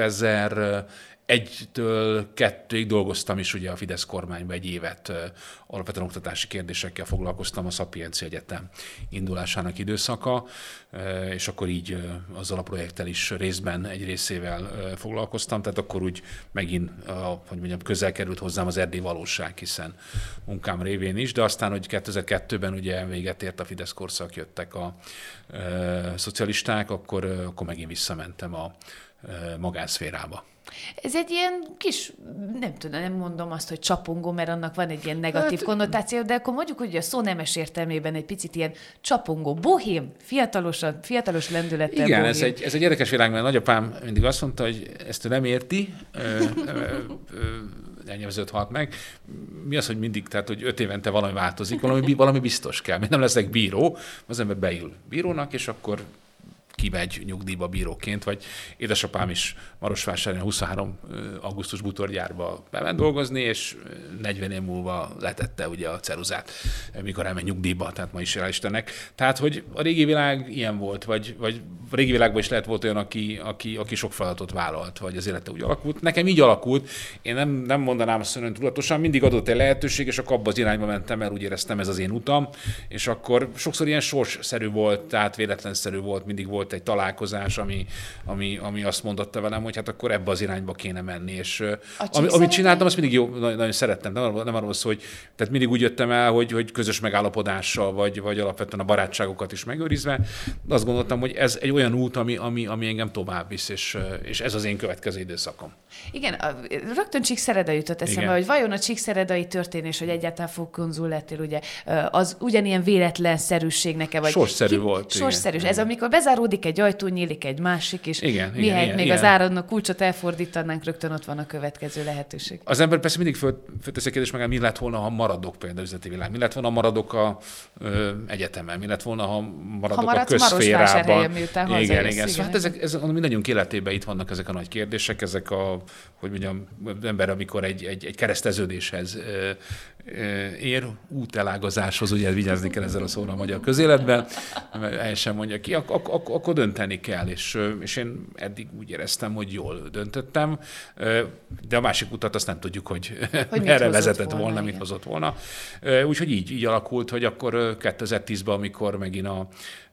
kétezer-egytől kettőig dolgoztam is ugye a Fidesz kormányban egy évet, alapvetően oktatási kérdésekkel foglalkoztam, a Szapiencia Egyetem indulásának időszaka, és akkor így azzal a projekttel is részben egy részével foglalkoztam, tehát akkor úgy megint, hogy mondjam, közel került hozzám az erdélyi valóság, hiszen munkám révén is, de aztán, hogy kétezer-kettőben ugye véget ért a Fidesz korszak, jöttek a e, szocialisták, akkor, akkor megint visszamentem a e, magánszférába. Ez egy ilyen kis, nem tudom, nem mondom azt, hogy csapongó, mert annak van egy ilyen negatív hát, konnotáció, de akkor mondjuk, hogy a szó nemes értelmében egy picit ilyen csapongó, bohém, fiatalosan, fiatalos lendülettel. Igen, ez egy, ez egy érdekes világ, mert nagyapám mindig azt mondta, hogy ezt ő nem érti, elnyelvezőt halt meg. Mi az, hogy mindig, tehát, hogy öt évente valami változik, valami, valami biztos kell. Még nem leszek bíró, az ember beül bírónak, és akkor kimegy nyugdíjba bíróként, vagy édesapám is Marosvásárhelyen huszonhárom augusztus bútorgyárba bement dolgozni, és negyven év múlva letette ugye a ceruzát, mikor elmegy nyugdíjba, tehát ma is jel Istennek. Tehát, hogy a régi világ ilyen volt, vagy, vagy a régi világban is lehet volt olyan, aki, aki, aki sok feladatot vállalt, vagy az élete úgy alakult. Nekem így alakult, én nem, nem mondanám azt ön tudatosan, mindig adott egy lehetőség, és akkor abba az irányba mentem, mert úgy éreztem, ez az én utam, és akkor sokszor ilyen sorsszerű volt, tehát véletlenszerű volt, mindig volt egy találkozás, ami, ami, ami azt mondotta velem, hogy hát akkor ebbe az irányba kéne menni. És ami, amit csináltam, azt mindig jó, nagyon, nagyon szerettem. Nem, nem arról szó, hogy tehát mindig úgy jöttem el, hogy, hogy közös megállapodással, vagy, vagy alapvetően a barátságokat is megőrizve. De azt gondoltam, hogy ez egy olyan út, ami, ami, ami engem tovább visz, és, és ez az én következő időszakom. Igen, a, rögtön Csíkszereda jutott eszembe, igen, hogy vajon a csíkszeredai történés, hogy egyáltalán főkonzul lettél, ugye, az ugyanilyen véletlenszerűségnek-e vagy? Sorsszerű volt. Sorsszerű. Ez amikor bezáródik hajdik egy ajtó, nyílik egy másik, és igen, mihelyt igen, még igen. az áradnak kulcsot elfordítanánk, rögtön ott van a következő lehetőség. Az ember persze mindig föl, fölteszi a kérdést meg, mi lett volna, ha maradok például az üzleti világ, mi lett volna, ha maradok a ö, egyetemen, mi lett volna, ha maradok ha a közszférában. Miután igen, igen, igen. igen. Hát ezek, ezek mindannyiunk életében itt vannak ezek a nagy kérdések, ezek a, hogy mondjam, az ember, amikor egy, egy, egy kereszteződéshez ö, ö, ér, útelágazáshoz, ugye vigyázni kell ezzel a szóra a magyar közéletben, el sem mondja ki, ak- ak- ak- akkor dönteni kell, és, és én eddig úgy éreztem, hogy jól döntöttem, de a másik utat azt nem tudjuk, hogy, hogy erre vezetett volna, volna mit hozott volna. Úgyhogy így, így alakult, hogy akkor kétezer-tízben, amikor megint a,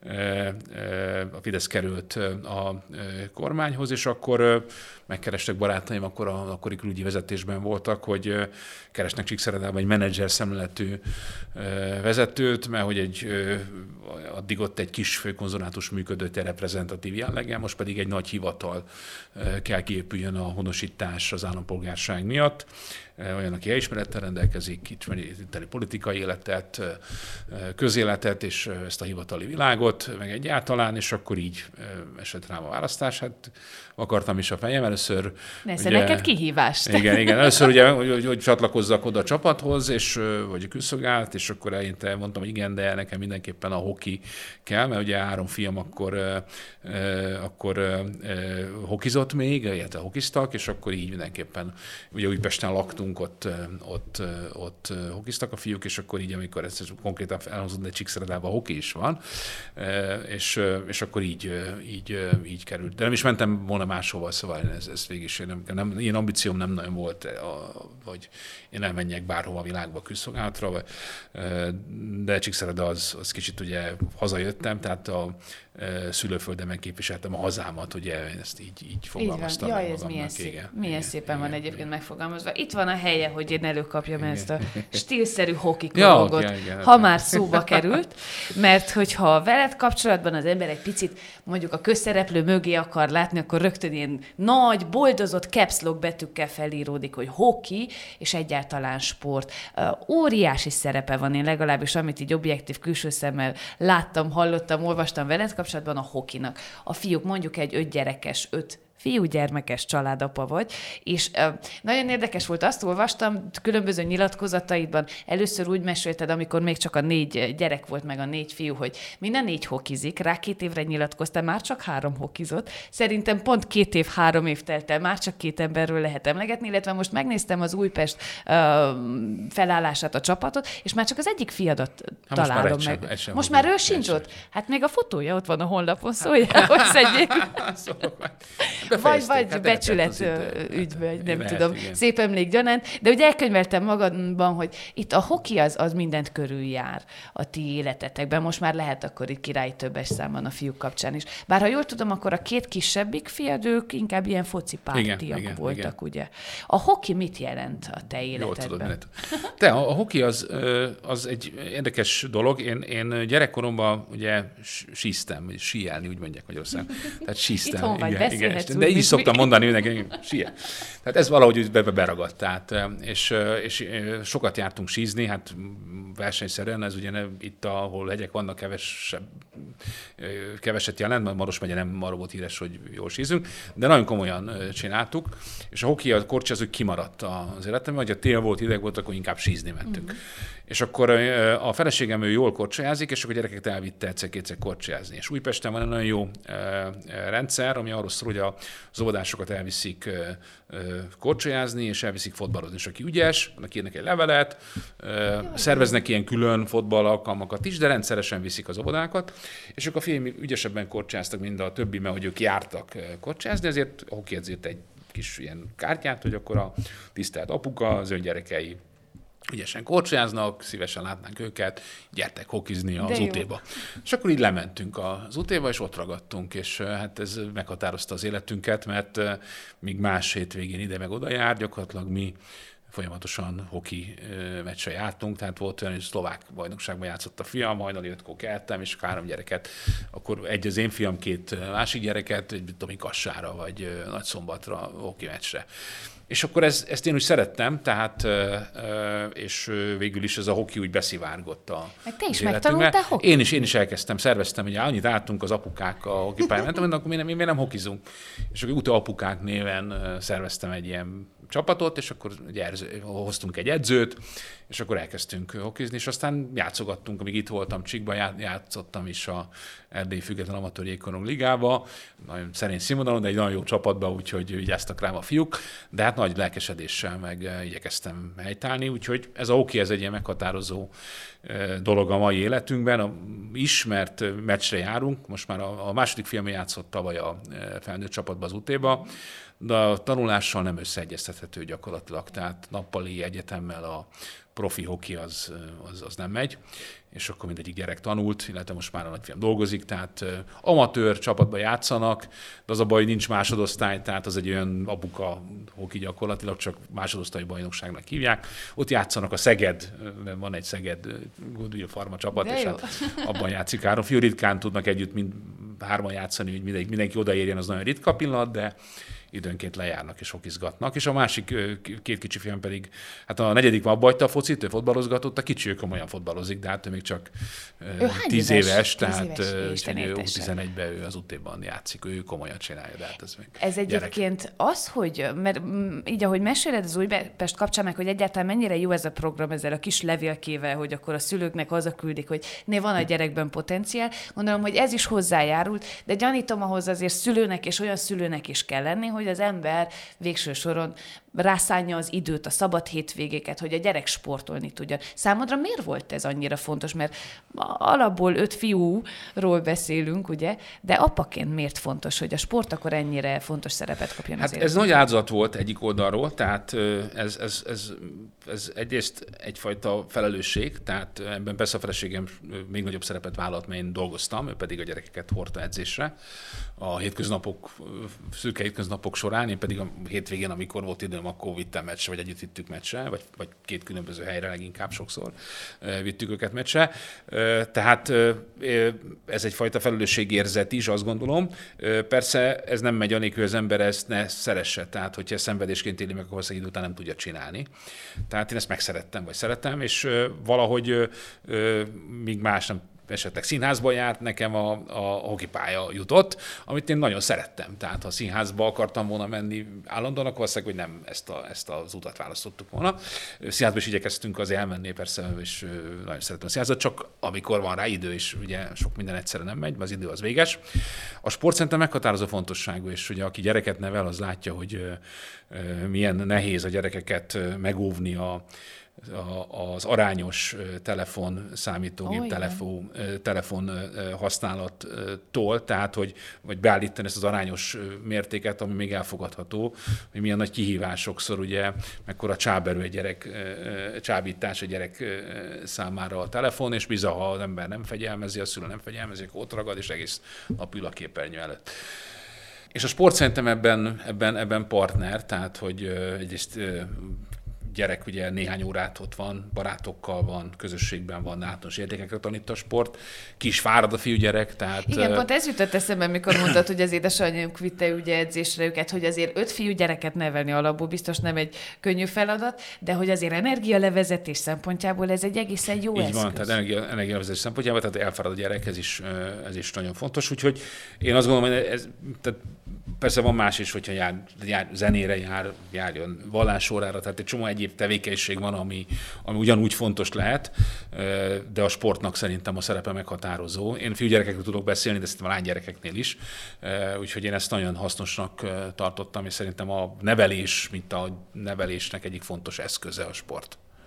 a Fidesz került a kormányhoz, és akkor megkerestek barátaim, akkor a akkori külügyi vezetésben voltak, hogy keresnek Csíkszeredában egy menedzser szemléletű vezetőt, mert hogy egy, addig ott egy kis főkonzulátus működött egy reprezentatív jelleggel, most pedig egy nagy hivatal kell kiépüljön a honosítás az állampolgárság miatt. Olyan, aki elismerettel rendelkezik, ismeri politikai életet, közéletet és ezt a hivatali világot, meg egyáltalán, és akkor így esett rám a választás. Hát akartam is a fejem először. Nesze neked kihívást. Igen, igen. Először ugye, hogy, hogy, hogy csatlakozzak oda a csapathoz, és, vagy a külszolgálat, és akkor eleinte mondtam, hogy igen, de nekem mindenképpen a hoki kell, mert ugye három fiam akkor, eh, akkor eh, hokizott még, illetve hokiztak, és akkor így mindenképpen, ugye Újpesten laktunk, ott, ott, ott hokiztak a fiúk, és akkor így, amikor ez konkrétan elhangzott, de Csíkszeredában hoki is van, és, és akkor így, így, így került. De nem is mentem volna máshova, szóval ez, ez végig is nem, nem, ilyen ambícióm nem nagyon volt, hogy én elmenjek bárhova a világba külszolgálatra, de Csíkszereda az, az kicsit ugye hazajöttem, tehát a szülőföldemen képviseltem a hazámat, ugye ezt így, így fogalmaztam. Így van. Jaj, ez milyen, szép, igen, milyen igen, szépen igen, van egyébként igen. megfogalmazva. Itt van a helye, hogy én előkapjam igen. ezt a stílszerű hokikologot, ja, ja, ha már szóba került, mert hogyha veled kapcsolatban az ember egy picit mondjuk a közszereplő mögé akar látni, akkor rögtön ilyen nagy, boldozott caps lock betűkkel felíródik, hogy hoki, és egyáltalán sport. Óriási szerepe van, én legalábbis, amit így objektív külső szemmel láttam, hallottam, olvastam veled kapcsolatban a hokinak. A fiúk mondjuk egy öt gyerekes, öt fiúgyermekes családapa vagy, és uh, nagyon érdekes volt, azt olvastam különböző nyilatkozataidban, először úgy mesélted, amikor még csak a négy gyerek volt, meg a négy fiú, hogy minden négy hokizik, rá két évre nyilatkoztál, már csak három hokizott. Szerintem pont két év, három év telt el, már csak két emberről lehet emlegetni, illetve most megnéztem az Újpest uh, felállását, a csapatot, és már csak az egyik fiadat ha találom most meg. Sem, most már ő sincs ott? Sem. Hát még a fotója ott van a honlapon, szóljál, hogy szedjék. Vagy, vagy hát becsület ügybe, nem lehet, tudom, igen. Szép emlék gyanánt, de ugye elkönyveltem magadban, hogy itt a hoki az, az mindent körüljár a ti életetekben, most már lehet akkor itt királyi többes számban a fiúk kapcsán is. Bár ha jól tudom, akkor a két kisebbik fiad, ők inkább ilyen focipártiak igen, igen, voltak, igen. ugye. A hoki mit jelent a te életedben? Jól tudod, te, a, a hoki az, az egy érdekes dolog. Én, én gyerekkoromban ugye síztem, síelni, úgy mondják Magyarországon. Tehát síztem. Itthon vagy, igen, beszélhetsz igen. De így is szoktam mondani, hogy nekem síel. Tehát ez valahogy be beragadt. Tehát, és, és sokat jártunk sízni, hát versenyszerűen, ez ugye nem, itt, ahol hegyek vannak, kevesebb, keveset jelent, mert Maros megye nem arra volt híres, hogy jól sízünk, de nagyon komolyan csináltuk, és a hoki, a korcsi az, hogy kimaradt az életemben, hogy a tél volt, hideg volt, akkor inkább sízni mentünk. Mm-hmm. És akkor a feleségem ő jól korcsolyázik, és akkor a gyereket elvitte egyszer-kétszer korcsolyázni. És Újpesten van egy nagyon jó rendszer, ami arról szól, hogy az óvodásokat elviszik korcsolyázni, és elviszik fotballozni. És aki ügyes, annak írnak egy levelet, szerveznek ilyen külön fotball alkalmakat is, de rendszeresen viszik az óvodákat. És akkor a fiaim ügyesebben korcsolyáztak, mint a többi, mert hogy ők jártak korcsolyázni, ezért a hoki ezért egy kis ilyen kártyát, hogy akkor a tisztelt apuka, az ön gyerekei ügyesen korcsolyáznak, szívesen látnánk őket, gyertek hokizni az útéba. És akkor így lementünk az útéba, és ott ragadtunk, és hát ez meghatározta az életünket, mert míg más hétvégén ide meg oda jár, gyakorlatilag mi folyamatosan hoki meccsre jártunk, tehát volt olyan, hogy szlovák bajnokságban játszott a fiam, hajnali ötkor keltem, és három gyereket, akkor egy az én fiam, két másik gyereket, egy tudom, Kassára vagy Nagyszombatra hoki meccsre. És akkor ez, ezt én úgy szerettem, tehát, és végül is ez a hoki úgy beszivárgott a Meg te is megtanultál hokit? Én is, én is elkezdtem, szerveztem, hogy annyit álltunk az apukák a hokipályán, mentem, akkor mi nem, mi nem hokizunk. És akkor utána apukák néven szerveztem egy ilyen csapatot, és akkor erző, hoztunk egy edzőt, és akkor elkezdtünk hokizni, és aztán játszogattunk, amíg itt voltam Csíkban, játszottam is a Erdélyi Független Amatőr Jégkorong Ligába, nagyon szerény színvonalon, de egy nagyon jó csapatba, úgyhogy vigyáztak rám a fiúk, de hát nagy lelkesedéssel meg igyekeztem helytállni, úgyhogy ez a hoki, ez egy ilyen meghatározó dolog a mai életünkben is, mert meccsre járunk, most már a, a második fiam játszott tavaly a felnőtt csapatba az u té-ba, de a tanulással nem összeegyeztethető gyakorlatilag, tehát nappali egyetemmel a profi hoki az, az, az nem megy, és akkor mindegyik gyerek tanult, illetve most már a nagyfiam dolgozik, tehát amatőr csapatban játszanak, de az a baj, hogy nincs másodosztály, tehát az egy olyan apuka hoki gyakorlatilag, csak másodosztályi bajnokságnak hívják. Ott játszanak a Szeged, van egy Szeged Goodwill Pharma csapat, de és hát abban játszik három fiú, ritkán tudnak együtt mind hárman játszani, hogy mindenki, mindenki odaérjen, az nagyon ritka pillanat, de időnként lejárnak és hokizgatnak. És a másik két kicsi fiam pedig, hát a negyedik már abba hagyta a focit, ő fotballozgatott, a kicsi ő komolyan fotballozik, de hát ő még csak ő tíz éves, éves tehát ő u tizenegyben ő az u té-ban játszik, ő komolyan csinálja, de hát ez még Ez egyébként gyerek. Az, hogy, mert így ahogy meséled az Újpest kapcsán meg, hogy egyáltalán mennyire jó ez a program ezzel a kis levélkével, hogy akkor a szülőknek hazaküldik, hogy né van a gyerekben potenciál, gondolom, hogy ez is hozzájárult, de gyanítom, ahhoz azért szülőnek és olyan szülőnek is kell lenni, hogy az ember végső soron rászánja az időt, a szabad hétvégéket, hogy a gyerek sportolni tudjon. Számodra miért volt ez annyira fontos? Mert alapból öt fiúról beszélünk, ugye? De apaként miért fontos, hogy a sport akkor ennyire fontos szerepet kapjon az Hát életben? Ez nagy áldozat volt egyik oldalról, tehát ez, ez, ez, ez egyrészt egyfajta felelősség, tehát ebben persze a feleségem még nagyobb szerepet vállalt, mert én dolgoztam, ő pedig a gyerekeket hordta edzésre. A hétköznapok, szürke hétköznapok során, én pedig a hétvégén, amikor volt időm, akkor vittem meccsre, vagy együtt vittük meccsre, vagy, vagy két különböző helyre leginkább sokszor vittük őket meccsre. Tehát ez egyfajta felelősségérzet is, azt gondolom. Persze ez nem megy anélkül, hogy az ember ezt ne szeresse, tehát hogyha szenvedésként éli meg, akkor egy idő után nem tudja csinálni. Tehát én ezt megszerettem, vagy szeretem, és valahogy míg más nem esetleg színházba járt, nekem a, a hokipálya jutott, amit én nagyon szerettem. Tehát ha színházba akartam volna menni állandóan, akkor azt mondják, hogy nem ezt, a, ezt az utat választottuk volna. Színházba is igyekeztünk azért elmenni, persze, és nagyon szeretem a színházat, csak amikor van rá idő, és ugye sok minden egyszerre nem megy, mert az idő az véges. A sport szerintem meghatározó fontosságú, és ugye aki gyereket nevel, az látja, hogy milyen nehéz a gyerekeket megóvni a az arányos telefon, számítógép, oh, telefon, telefon használattól, tehát hogy vagy beállítani ezt az arányos mértéket, ami még elfogadható, hogy milyen nagy kihívás sokszor, ugye, mekkora csáberű egy gyerek, csábítás egy gyerek számára a telefon, és bizony, ha az ember nem fegyelmezi, a szülő nem fegyelmezi, akkor ott ragad, és egész nap ül a képernyő előtt. És a sport szerintem ebben, ebben, ebben partner, tehát hogy egyrészt gyerek ugye néhány órát ott van, barátokkal van, közösségben van, általános értékekre tanít a sport. Ki is fárad a fiúgyerek, tehát... Igen, pont ez jutott eszembe, amikor mondtad, hogy az édesanyjuk vitte ugye edzésre őket, hogy azért öt fiúgyereket nevelni alapból biztos nem egy könnyű feladat, de hogy azért energialevezetés szempontjából ez egy egészen jó Így eszköz. van, tehát energia, energialevezetés szempontjából, tehát elfárad a gyerek, ez is, ez is nagyon fontos. Úgyhogy én azt gondolom, hogy ez, tehát persze van más is, hogyha jár, jár zenére jár, járjon vallásórára, tehát egy csomó egyéb tevékenység van, ami, ami ugyanúgy fontos lehet, de a sportnak szerintem a szerepe meghatározó. Én fiúgyerekekről tudok beszélni, de szerintem a lánygyerekeknél is, úgyhogy én ezt nagyon hasznosnak tartottam, és szerintem a nevelés, mint a nevelésnek egyik fontos eszköze a sport.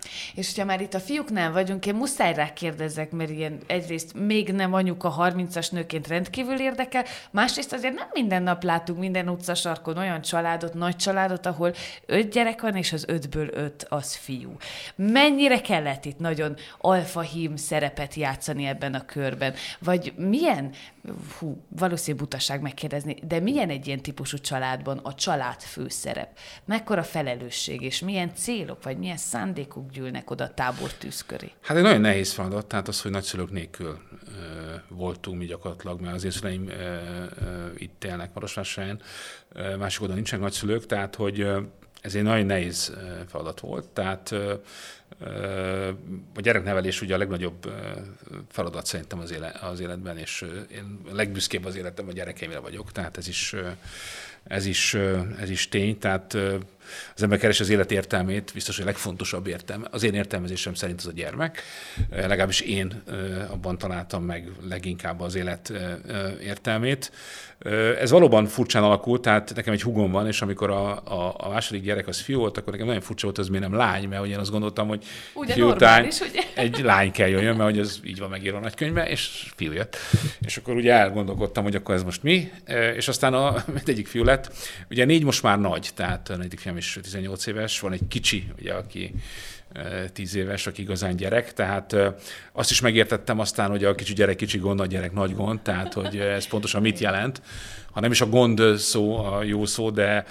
És hogyha már itt a fiúknál vagyunk, én muszáj rá kérdezzek, mert ilyen egyrészt még nem anyuka harmincas nőként rendkívül érdekel, másrészt azért nem minden nap látunk minden utcasarkon olyan családot, nagy családot, ahol öt gyerek van, és az ötből öt az fiú. Mennyire kellett itt nagyon alfa-hím szerepet játszani ebben a körben? Vagy milyen, hú, valószínű butaság megkérdezni, de milyen egy ilyen típusú családban a család főszerep? Mekkora felelősség, és milyen célok, vagy milyen szándékok gyűlnek oda a tábortűz köré? Hát egy nagyon nehéz feladat, tehát az, hogy nagyszülők nélkül ö, voltunk mi gyakorlatilag, mert az én szüleim ö, ö, itt élnek Marosvásárhelyen, másik oldalon nincsenek nagyszülők, tehát hogy ö, ez egy nagyon nehéz feladat volt, tehát ö, ö, a gyereknevelés ugye a legnagyobb feladat szerintem az, éle, az életben, és én legbüszkébb az életemben a gyerekeimre vagyok, tehát ez is, ez is, ez is tény, tehát az ember keres az élet értelmét, biztos, hogy a legfontosabb értelme. Az én értelmezésem szerint az a gyermek. Legalábbis én abban találtam meg leginkább az élet értelmét. Ez valóban furcsán alakult, tehát nekem egy húgom van, és amikor a, a, a második gyerek az fiú volt, akkor nekem nagyon furcsa volt, az miért nem lány, mert én azt gondoltam, hogy fiú után egy lány kell jöjjön, mert hogy az így van megírva a nagykönyvben, és fiú jött. És akkor ugye elgondolkodtam, hogy akkor ez most mi, és aztán a, egyik fiú lett. Ugye négy most már nagy, tehát a negyedik fiam is tizennyolc éves, van egy kicsi, ugye, aki tíz éves, aki igazán gyerek, tehát azt is megértettem aztán, hogy a kicsi gyerek kicsi gond, a gyerek nagy gond, tehát hogy ez pontosan mit jelent. Ha nem is a gond szó a jó szó, de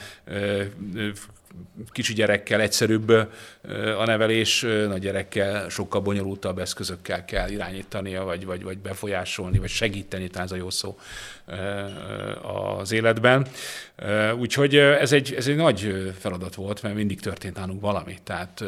kicsi gyerekkel egyszerűbb a nevelés, nagy gyerekkel sokkal bonyolultabb eszközökkel kell irányítania, vagy, vagy, vagy befolyásolni, vagy segíteni, talán ez a jó szó az életben. Úgyhogy ez egy, ez egy nagy feladat volt, mert mindig történt nálunk valami. Tehát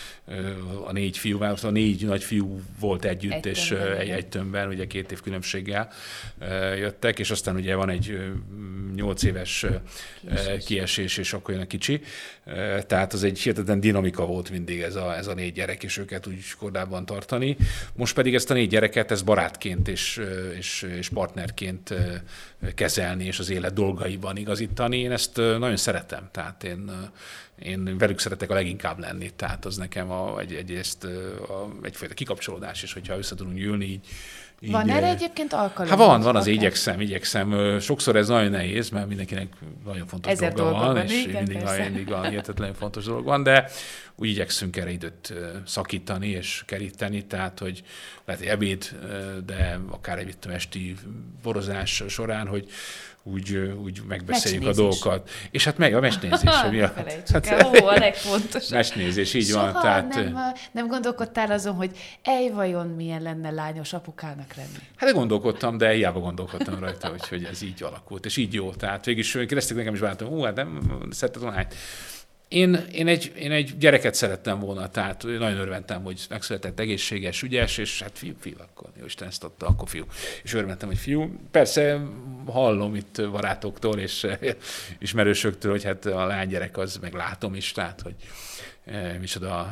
a négy fiú, a négy nagy fiú volt együtt, egy és tömbben, egy, egy tömbben, ugye két év különbséggel jöttek, és aztán ugye van egy nyolc éves kiesés, kiesés és akkor jön a kicsi. Tehát az egy hihetetlen dinamika volt mindig ez a, ez a négy gyerek, és őket úgy kordában tartani. Most pedig ezt a négy gyereket, ez barátként és, és, és partnerként kezelni, és az élet dolgaiban igazítani. Én ezt nagyon szeretem, tehát én, én velük szeretek a leginkább lenni, tehát az nekem a, egy, egyrészt a, egyfajta kikapcsolódás is, hogyha össze tudunk ülni így. Így, van erre egyébként alkalom? Hát van, van, az igyekszem, igyekszem. Sokszor ez nagyon nehéz, mert mindenkinek nagyon fontos Ezer dolga van, van, és igen, mindig, van, mindig van, hihetetlenül fontos dolog van, de úgy igyekszünk erre időt szakítani és keríteni, tehát, hogy lehet, hogy ebéd, de akár egy esti borozás során, hogy úgy, úgy megbeszéljük a dolgokat. És hát meg a mesnézés. Ne felejtsük el, ó, a legfontosabb. Mesnézés, így Soha van. Tehát, nem, nem gondolkodtál azon, hogy ej, vajon milyen lenne lányos apukának lenni? Hát gondolkodtam, de hiába gondolkodtam rajta, hogy, hogy ez így alakult, és így jó. Tehát végülis kérdezték nekem is váltam, hú, hát nem szeretted volna lányt. Én, én, egy, én egy gyereket szerettem volna, tehát nagyon örventem, hogy megszületett egészséges, ügyes, és hát fiú, fiú, akkor jó Isten ezt adta, akkor fiú. És örventem, hogy fiú. Persze hallom itt barátoktól és ismerősöktől, hogy hát a lánygyerek az, meg látom is, tehát, hogy micsoda,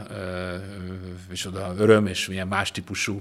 micsoda öröm, és milyen más típusú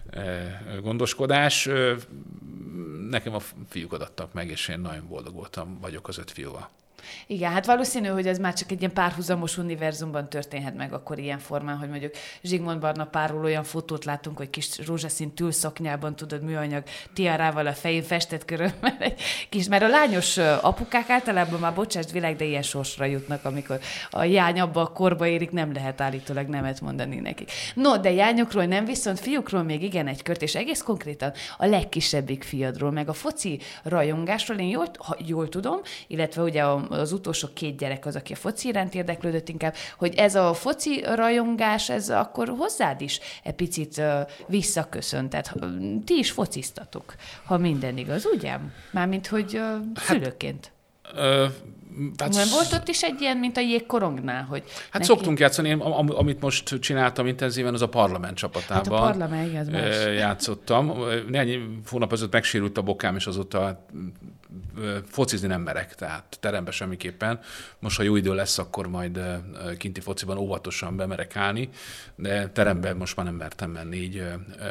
gondoskodás. Nekem a fiúkat adtak meg, és én nagyon boldog voltam, vagyok az öt fiúval. Igen, hát valószínű, hogy ez már csak egy ilyen párhuzamos univerzumban történhet meg akkor ilyen formán, hogy mondjuk Zsigmond Barna párról olyan fotót látunk, hogy kis rózsaszín tülszoknyában, tudod, műanyag tiarával a fején festett körülbelül egy kis, mert a lányos apukák általában már, bocsáss világ, de ilyen sorsra jutnak, amikor a jány abba a korba érik, nem lehet állítólag nemet mondani nekik. No, de jányokról nem, viszont fiúkról még igen egy kört, és egész konkrétan a legkisebbik fiadról, meg a foci rajongásról én jól, ha jól tudom, illetve ugye a az utolsó két gyerek az, aki a foci iránt érdeklődött inkább, hogy ez a foci rajongás, ez akkor hozzád is egy picit uh, visszaköszönt. Tehát ti is fociztatok, ha minden igaz, ugye? Mármint, hogy uh, szülőként. Hát, ö, hát nem volt ott is egy ilyen, mint a jégkorongnál, hogy Hát neki... szoktunk játszani, én, am, amit most csináltam intenzíven, az a Parlament csapatában. Hát a Parlament, igaz, más. Játszottam. Néhány hónap ezelőtt megsérült a bokám, és azóta focizni nem merek, tehát teremben semmiképpen. Most, ha jó idő lesz, akkor majd kinti fociban óvatosan bemerek állni, de teremben most már nem mertem menni így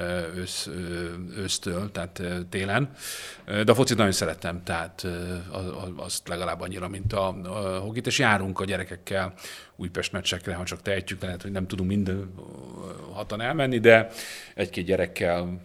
ősz, ősztől, tehát télen. De a focit nagyon szeretem, tehát azt legalább annyira, mint a, a hokit, és járunk a gyerekekkel Újpest meccsekre, ha csak tehetjük, lehet, hogy nem tudunk minden hatan elmenni, de egy-két gyerekkel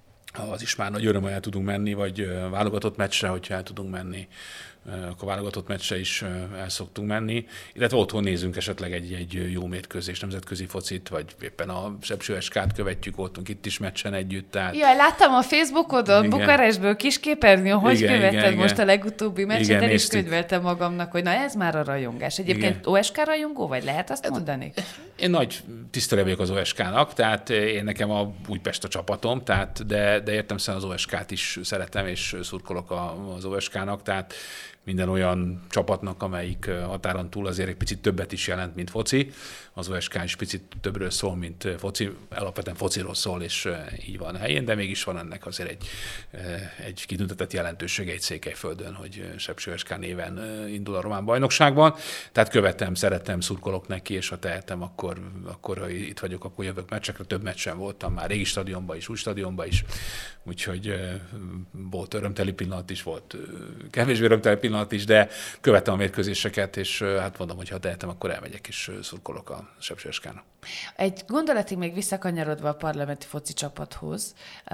az is már nagy öröm, hogy el tudunk menni, vagy válogatott meccsre, hogyha el tudunk menni, akkor válogatott meccsre is el szoktunk menni, illetve otthon nézünk esetleg egy, egy jó mérkőzés, nemzetközi focit, vagy éppen a Sepső-Eskát követjük, ottunk itt is meccsen együtt. Tehát... Jaj, láttam a Facebookodon, igen. Bukarestből Kisképernyő, hogy igen, követted igen, most igen. a legutóbbi meccset, el is könyveltem magamnak, hogy na ez már a rajongás. Egyébként igen. o es ká rajongó vagy, lehet azt mondani? Én nagy tisztelő vagyok az o es ká-nak, tehát én nekem a Újpest a csapatom, tehát, de, de értem szerint az o es ká-t is szeretem, és szurkolok az o es ká-nak, tehát minden olyan csapatnak, amelyik határon túl azért egy picit többet is jelent, mint foci. Az o es ká is picit többről szól, mint foci, alapvetően fociról szól, és így van helyén, de mégis van ennek azért egy, egy kitüntetett jelentősége egy Székelyföldön, hogy Sepső es ká néven indul a román bajnokságban. Tehát követem, szeretem, szurkolok neki, és ha tehetem, akkor, akkor ha itt vagyok, akkor jövök meccsekre. Több meccsen voltam már régi stadionban is, új stadionban is, úgyhogy volt örömteli pillanat is, volt kevésbé örömteli pillanat is, de követem a mérkőzéseket, és hát mondom, hogy ha tehetem, akkor elmegyek, és szurkolok a Sepső Eskának. Egy gondolatig még visszakanyarodva a parlamenti foci csapathoz,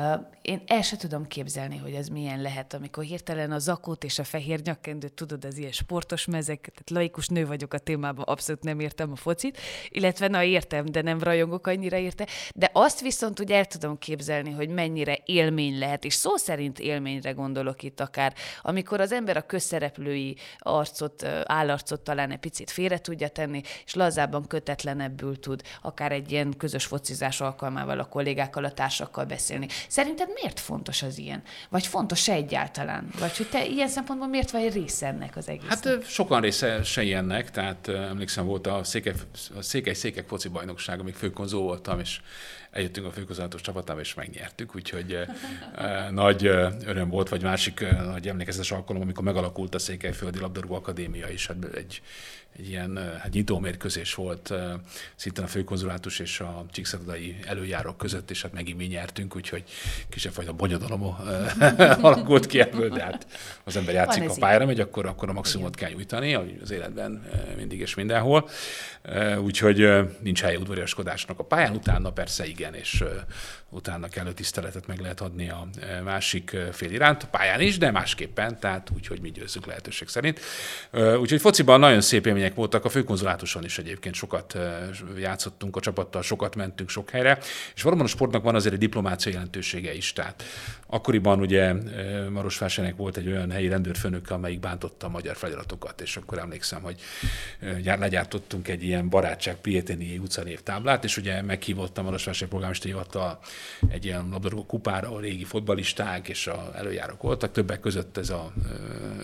én el sem tudom képzelni, hogy ez milyen lehet, amikor hirtelen a zakót és a fehér nyakkendőt, tudod, az ilyen sportos mezek, tehát laikus nő vagyok a témában, abszolút nem értem a focit, illetve na értem, de nem rajongok annyira érte, de azt viszont úgy el tudom képzelni, hogy mennyire élmény lehet, és szó szerint élményre gondolok itt akár, amikor az ember a közszereplői arcot, állarcot talán egy picit félre tudja tenni, és lazábban, kötetlenebbül tud akár egy ilyen közös focizás alkalmával a kollégákkal, a társakkal beszélni. Szerinted miért fontos az ilyen? Vagy fontos-e egyáltalán? Vagy hogy te ilyen szempontból miért vagy része ennek az egésznek? Hát sokan része se ilyennek, tehát emlékszem, volt a Székely, a Székely Székek foci bajnokság, amíg főkonzó voltam, és eljöttünk a főkonzolatos csapatába, és megnyertük, úgyhogy eh, nagy eh, öröm volt, vagy másik eh, nagy emlékezetes alkalom, amikor megalakult a Székelyföldi Labdarúgó Akadémia is, hát egy, egy ilyen hát nyitó mérkőzés volt eh, szintén a főkonzulátus és a csíkszatadai előjárók között, és hát megint mi nyertünk, úgyhogy kisebb fajta bonyodalom eh, alakult ki ebből, de hát az ember játszik a pályára megy, akkor, akkor a maximumot kell nyújtani, az életben eh, mindig és mindenhol. Eh, úgyhogy eh, nincs helye udvariaskodásnak a pályán, utána persze igen, és uh, utána kellő tiszteletet meg lehet adni a uh, másik uh, fél iránt, a pályán is, de másképpen, tehát úgy, hogy mi győzzük lehetőség szerint. Uh, úgyhogy fociban nagyon szép élmények voltak, a főkonzulátuson is egyébként sokat uh, játszottunk a csapattal, sokat mentünk sok helyre, és valóban a sportnak van azért egy diplomáciai jelentősége is, tehát akkoriban ugye uh, Marosvásárhelynek volt egy olyan helyi rendőrfőnök, amelyik bántotta a magyar feliratokat, és akkor emlékszem, hogy uh, legyártottunk egy ilyen barátság Pieteni utcanévtáblát, és ugye meghívottam Marosvásárhely polgármesteri hivatal egy ilyen labdarúgó kupára, a régi fotbalisták és a előjárók voltak, többek között ez a ö,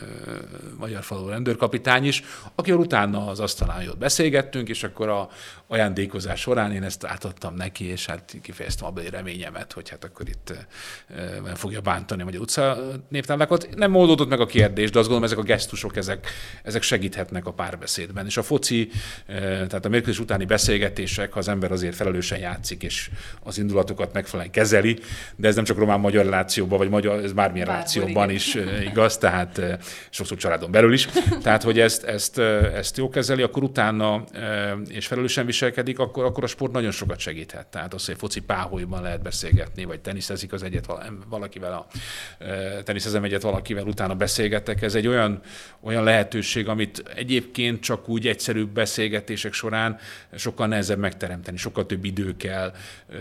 magyar falu rendőrkapitány is, akivel utána az asztalán jött beszélgettünk, és akkor a ajándékozás során én ezt átadtam neki, és hát kifejeztem abban egy reményemet, hogy hát akkor itt nem fogja bántani a magyar utca névtáblákat. Nem oldódott meg a kérdés, de azt gondolom, ezek a gesztusok, ezek, ezek segíthetnek a párbeszédben. És a foci, tehát a mérkőzés utáni beszélgetések, ha az ember azért felelősen játszik, és az indulatokat megfelelően kezeli, de ez nem csak román-magyar relációban, vagy magyar, ez bármilyen relációban is igaz, tehát sokszor családon belül is. Tehát, hogy ezt, ezt, ezt jó kezeli, akkor utána és felelősen viselkedik, akkor, akkor a sport nagyon sokat segíthet. Tehát az, hogy foci páholyban lehet beszélgetni, vagy teniszezik az egyet valakivel, a teniszezem egyet valakivel, utána beszélgetek. Ez egy olyan, olyan lehetőség, amit egyébként csak úgy egyszerű beszélgetések során sokkal nehezebb megteremteni, sokkal több idő kell,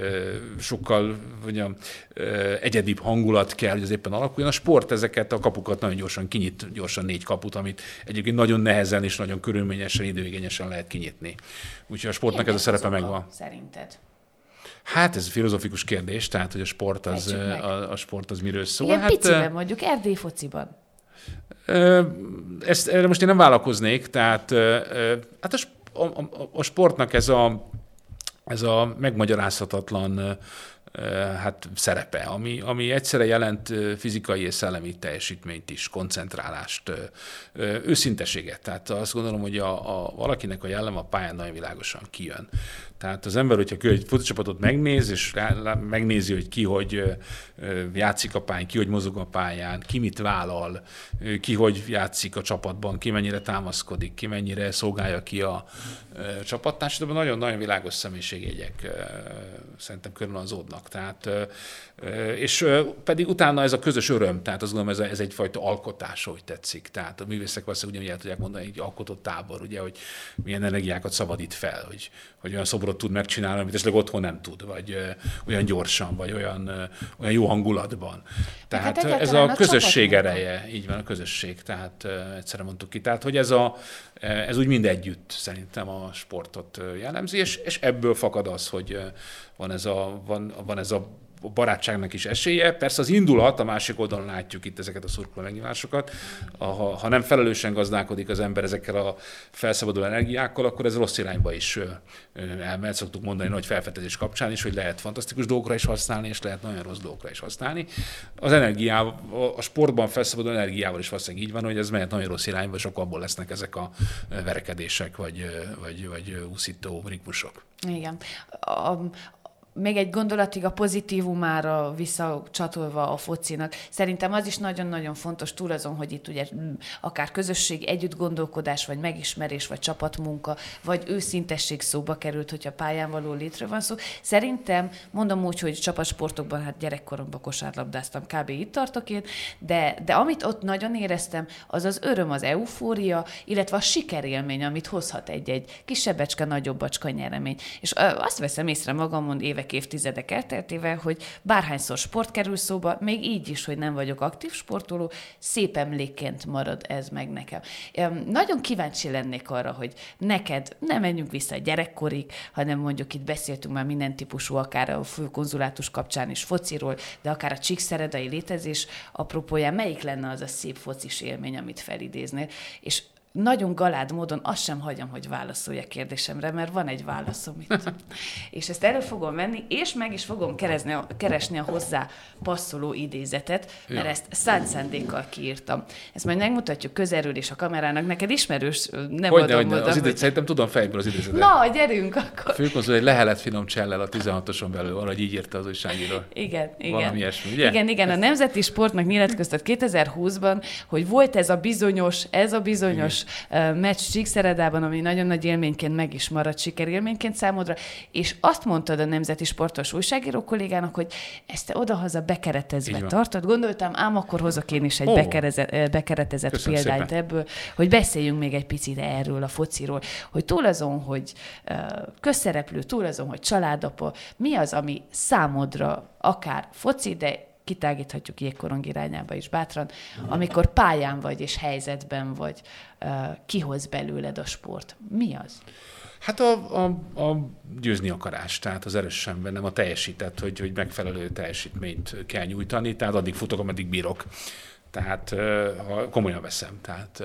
sokkal mondjam, egyedibb hangulat kell, hogy az éppen alakuljon. A sport ezeket a kapukat nagyon gyorsan kinyit, gyorsan négy kaput, amit egyébként nagyon nehezen és nagyon körülményesen, időigényesen lehet kinyitni. Úgyhogy a sportnak ez a szerepe megvan. Szerinted? Hát ez filozofikus kérdés, tehát hogy a sport az, a, a sport az miről szól. Igen, hát, piciben mondjuk, erdélyi fociban. Ezt, erre most én nem vállalkoznék, tehát hát a, a, a sportnak ez a, ez a megmagyarázhatatlan hát szerepe, ami, ami egyszerre jelent fizikai és szellemi teljesítményt is, koncentrálást, őszinteséget. Tehát azt gondolom, hogy a, a, valakinek a jellem a pályán nagyon világosan kijön. Tehát az ember, hogyha egy focicsapatot megnéz, és megnézi, hogy ki hogy játszik a pályán, ki hogy mozog a pályán, ki mit vállal, ki hogy játszik a csapatban, ki mennyire támaszkodik, ki mennyire szolgálja ki a csapattársadban, nagyon-nagyon világos személyiségjegyek szerintem körülazódnak. Tehát, és pedig utána ez a közös öröm, tehát azt gondolom, ez, ez egyfajta alkotás, hogy tetszik. Tehát a művészek valószínűleg ugyanúgy el tudják mondani, egy alkotott tábor, ugye, hogy milyen energiákat szabadít fel, hogy, hogy olyan szobrot tud megcsinálni, amit esetleg otthon nem tud, vagy olyan gyorsan, vagy olyan, olyan jó hangulatban. Tehát hát ez a, a közösség ereje, így van, a közösség, tehát egyszerre mondtuk ki. Tehát, hogy ez, a, ez úgy mind együtt szerintem a sportot jellemzi, és, és ebből fakad az, hogy van ez a, van, van ez a a barátságnak is esélye. Persze az indulat, a másik oldalon látjuk itt ezeket a szurkoló megnyilvánosokat. Ha, ha nem felelősen gazdálkodik az ember ezekkel a felszabaduló energiákkal, akkor ez rossz irányba is elmehet. Szoktuk mondani nagy felfedezés kapcsán is, hogy lehet fantasztikus dolgokra is használni, és lehet nagyon rossz dolgokra is használni. Az energiával, a sportban felszabaduló energiával is valószínűleg így van, hogy ez mehet nagyon rossz irányba, és akkor abból lesznek ezek a verekedések, vagy, vagy, vagy úszító ritmusok. Igen. A, Még egy gondolatig a pozitívumára visszacsatolva a focinak. Szerintem az is nagyon-nagyon fontos, túl azon, hogy itt ugye akár közösség, együtt gondolkodás, vagy megismerés, vagy csapatmunka, vagy őszintesség szóba került, hogyha pályán való létre van szó. Szerintem, mondom úgy, hogy csapatsportokban, hát gyerekkoromban kosárlabdáztam, kb. Itt tartok én, de, de amit ott nagyon éreztem, az az öröm, az eufória, illetve a sikerélmény, amit hozhat egy-egy kisebbecske, nagyobbacska nyeremény. És azt veszem észre magamon évek évtizedek elteltével, hogy bárhányszor sport kerül szóba, még így is, hogy nem vagyok aktív sportoló, szép emlékként marad ez meg nekem. Nagyon kíváncsi lennék arra, hogy neked nem menjünk vissza a gyerekkorig, hanem mondjuk itt beszéltünk már minden típusú, akár a főkonzulátus kapcsán is fociról, de akár a csíkszeredai létezés apropóján, melyik lenne az a szép focis élmény, amit felidéznél, és nagyon galád módon azt sem hagyom, hogy válaszolj a kérdésemre, mert van egy válaszom itt. És ezt elő fogom venni, és meg is fogom keresni a, keresni a hozzá passzoló idézetet, mert ja. ezt szánt szándékkal kiírtam. Ezt majd megmutatjuk közelről is a kamerának. Neked ismerős, nem hogy adom ne, oda. Az idő, hogy... Szerintem tudom fejből az idézetet. Na, gyerünk akkor. A főkonzul egy lehelet finom csellel a tizenhatoson belül, valahogy így írta az újságíró. Igen, igen. Valami ilyesmi, ugye? Igen, igen. A Nemzeti Sportnak nyilatkoztat kétezer-húszban, hogy volt ez a bizonyos, ez a bizonyos igen. meccs Csíkszeredában, ami nagyon nagy élményként meg is maradt sikerélményként számodra, és azt mondtad a Nemzeti Sportos újságíró kollégának, hogy ezt te odahaza bekeretezve tartod. Gondoltam, ám akkor hozok én is egy oh. bekereze, bekeretezett Köszönöm példányt szépen. Ebből, hogy beszéljünk még egy picit erről a fociról, hogy túl azon, hogy közszereplő, túl azon, hogy családapa, mi az, ami számodra akár foci, de kitágíthatjuk jégkorong irányába is bátran, amikor pályán vagy és helyzetben vagy, kihoz belőled a sport. Mi az? Hát a, a, a győzni akarás, tehát az erősen bennem a teljesített, hogy, hogy megfelelő teljesítményt kell nyújtani, tehát addig futok, ameddig bírok. Tehát ha komolyan veszem. Tehát,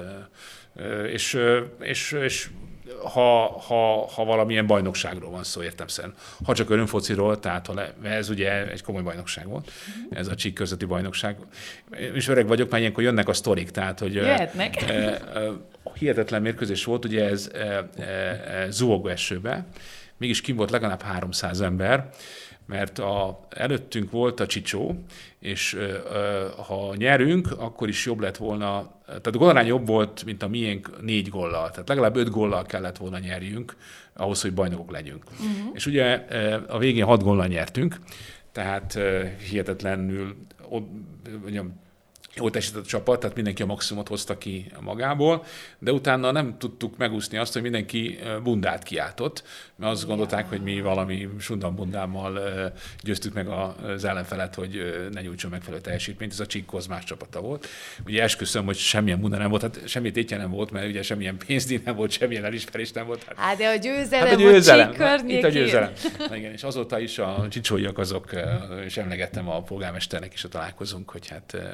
és, és, és ha, ha, ha valamilyen bajnokságról van szó, értem szerint. Ha csak örömfociról, tehát ha le, ez ugye egy komoly bajnokság volt, ez a csík közötti bajnokság. És öreg vagyok, már ilyenkor jönnek a sztorik, tehát hogy Jöhetnek. E, e, hihetetlen mérkőzés volt, ugye ez e, e, zuhogó esőbe, mégis kim volt legalább háromszáz ember, mert a, előttünk volt a Csicsó, és ö, ö, ha nyerünk, akkor is jobb lett volna, tehát a gólarány jobb volt, mint a miénk négy góllal, tehát legalább öt góllal kellett volna nyerjünk, ahhoz, hogy bajnokok legyünk. Uh-huh. És ugye a végén hat góllal nyertünk, tehát hihetetlenül mondjam, jól teljesített a csapat, tehát mindenki a maximumot hozta ki magából, de utána nem tudtuk megúszni azt, hogy mindenki bundát kiáltott, mert azt gondolták, hogy mi valami sundambundámmal győztük meg az ellenfelet, hogy ne nyújtson megfelelő teljesítményt. Ez a Csík Kozmás csapata volt. Ugye esküszöm, hogy semmilyen bunda nem volt, hát semmi tétje nem volt, mert ugye semmilyen pénzdíj nem volt, semmilyen elismerés nem volt. Hát, hát de a győzelem, hát a győzelem, a Csík környékén. Itt a győzelem. Na igen, és azóta is a csicsóiak azok, és emlegettem a polgármesternek is a találkozunk, hogy hát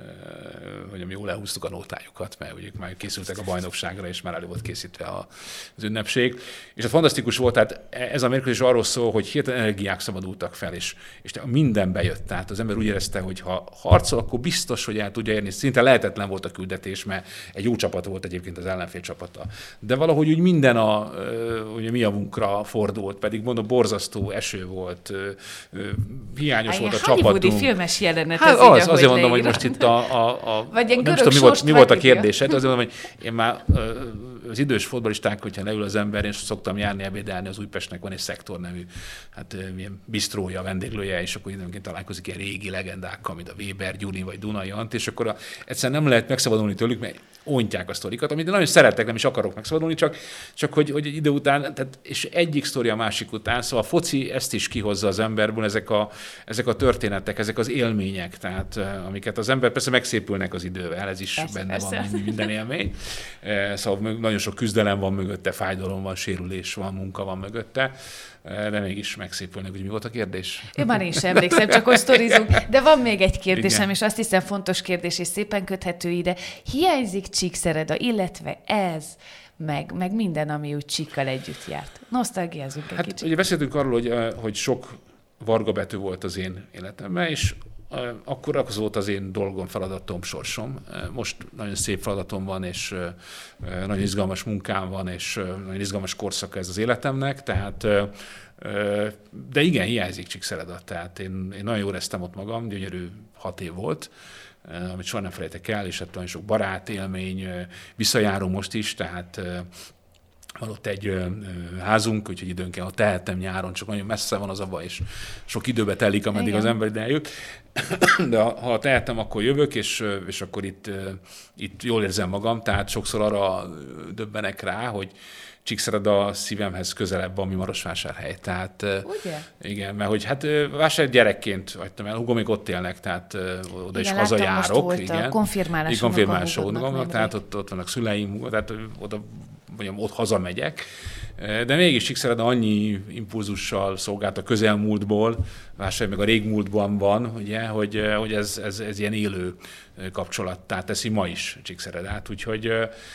hogy jól lehúztuk a nótájukat, mert ugye már készültek a bajnokságra, és már elő volt készítve az ünnepség. És ez fantasztikus volt, tehát ez a mérkőzés arról szól, hogy hirtelen energiák szabadultak fel, és, és minden bejött. Tehát az ember úgy érezte, hogy ha harcol, akkor biztos, hogy el tudja érni. Szinte lehetetlen volt a küldetés, mert egy jó csapat volt egyébként az ellenfél csapata. De valahogy úgy minden a, ugye mi javunkra fordult, pedig mondom, borzasztó eső volt, hiányos Ay, volt a csapatunk. Hollywoodi filmes jelenet hát ez az, így, azért mondom, leírom. hogy most itt a, a, a Vagy nem tudom, mi volt, mi volt a kérdésed, azért mondom, hogy én már az idős fotbalisták, hogyha leül az ember, én szoktam járni ebédelni, az Újpestnek van egy Szektor nevű, hát milyen bistrója, vendéglője, és akkor időnként találkozik ilyen régi legendákkal, mint a Weber, Gyuri vagy Dunai Ant, és akkor a, egyszerűen nem lehet megszabadulni tőlük, mert ontják a sztorikat, amit nagyon szeretek, nem is akarok megszabadulni, csak, csak hogy, hogy idő után, tehát, és egyik sztori a másik után, szóval a foci ezt is kihozza az emberből, ezek a, ezek a történetek, ezek az élmények, tehát amiket az ember persze megszépülnek az idővel, ez is persze, benne persze. van minden élmény. Szóval nagyon sok küzdelem van mögötte, fájdalom van, sérülés van, munka van mögötte, de mégis megszépülnek, hogy mi volt a kérdés. Én már én sem emlékszem, csak hogy sztorizunk. De van még egy kérdésem, igen. És azt hiszem fontos kérdés, és szépen köthető ide. Hiányzik Csíkszereda, illetve ez, meg, meg minden, ami úgy Csíkkal együtt járt. Nosztalgiázunk egy hát, kicsit. Ugye beszéltünk arról, hogy, hogy sok Varga Betű volt az én életemben, és akkor az volt az én dolgom, feladatom, sorsom. Most nagyon szép feladatom van, és nagyon izgalmas munkám van, és nagyon izgalmas korszaka ez az életemnek, tehát de igen, hiányzik Csíkszereda, tehát én, én nagyon jól éreztem ott magam, gyönyörű hat év volt, amit soha nem felejtek el, és hát nagyon sok barát élmény, visszajáró most is, tehát van ott egy ö, házunk, úgyhogy időnként, ha tehetem nyáron, csak nagyon messze van az a baj, és sok időbe telik, ameddig igen. az ember ide eljut. De ha tehetem, akkor jövök, és, és akkor itt, itt jól érzem magam, tehát sokszor arra döbbenek rá, hogy Csíkszereda szívemhez közelebb van, mi Marosvásárhely. Tehát, ugye? Igen, mert hogy hát Vásár gyerekként vagytam el, hugom még ott élnek, tehát oda igen, is hazajárok. Most igen, a konfirmálás konfirmálásodnak, tehát ott, ott vannak szüleim, tehát oda mondjam, ott hazamegyek, de mégis Csíkszereda annyi impulzussal szolgált a közelmúltból, Vásárhely meg a régmúltban van, ugye, hogy, hogy ez, ez, ez ilyen élő kapcsolattá teszi ma is Csíkszeredát, úgyhogy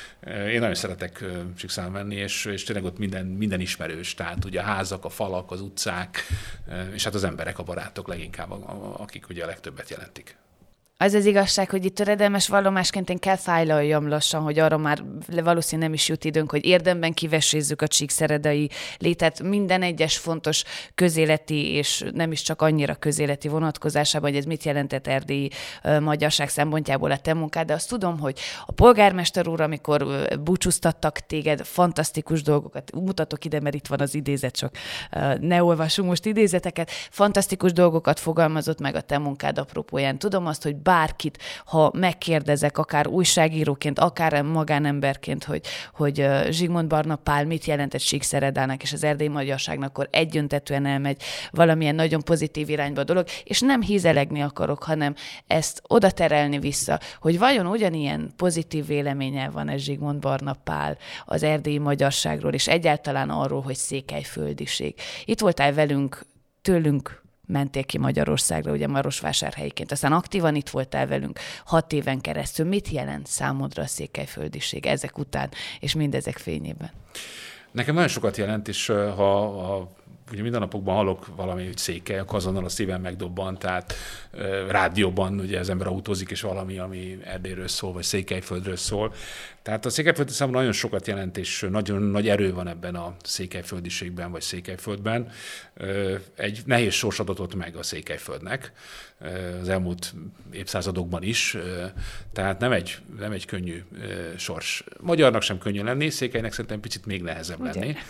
én nagyon szeretek Csíkszeredán menni, és, és tényleg ott minden, minden ismerős, tehát ugye a házak, a falak, az utcák, és hát az emberek, a barátok leginkább, akik ugye a legtöbbet jelentik. Az az igazság, hogy itt töredelmes vallomásként én kell fájlaljam lassan, hogy arra már valószínűleg nem is jut időnk, hogy érdemben kivesézzük a csíkszeredai létet minden egyes fontos közéleti, és nem is csak annyira közéleti vonatkozásában, hogy ez mit jelentett erdélyi uh, magyarság szempontjából a te munkád, de azt tudom, hogy a polgármester úr, amikor uh, búcsúztattak téged, fantasztikus dolgokat, mutatok ide, mert itt van az idézet, csak uh, ne olvassunk most idézeteket, fantasztikus dolgokat fogalmazott meg a te munkád apropóján. Tudom azt, hogy bárkit, ha megkérdezek, akár újságíróként, akár magánemberként, hogy, hogy Zsigmond Barna Pál mit jelentett Csíkszeredának és az erdélyi magyarságnak, akkor egyöntetően elmegy valamilyen nagyon pozitív irányba a dolog, és nem hízelegni akarok, hanem ezt oda terelni vissza, hogy vajon ugyanilyen pozitív véleménye van ez Zsigmond Barna Pál az erdélyi magyarságról, és egyáltalán arról, hogy székelyföldiség. Itt voltál velünk, tőlünk mentél ki Magyarországra, ugye Marosvásárhelyiként. Aztán aktívan itt voltál velünk hat éven keresztül. Mit jelent számodra a székelyföldiség ezek után, és mindezek fényében? Nekem nagyon sokat jelent, és ha, ha ugye mindennapokban hallok valami, hogy Székely, akkor azonnal a szívem megdobban, tehát uh, rádióban ugye az ember autózik, és valami, ami Erdélyről szól, vagy Székelyföldről szól. Tehát a Székelyföld számomra nagyon sokat jelent, és nagyon nagy erő van ebben a székelyföldiségben, vagy Székelyföldben. Uh, egy nehéz sors adatot meg a Székelyföldnek, uh, az elmúlt évszázadokban is, uh, tehát nem egy, nem egy könnyű uh, sors. Magyarnak sem könnyű lenni, Székelynek szerintem picit még nehezebb ugye? lenni.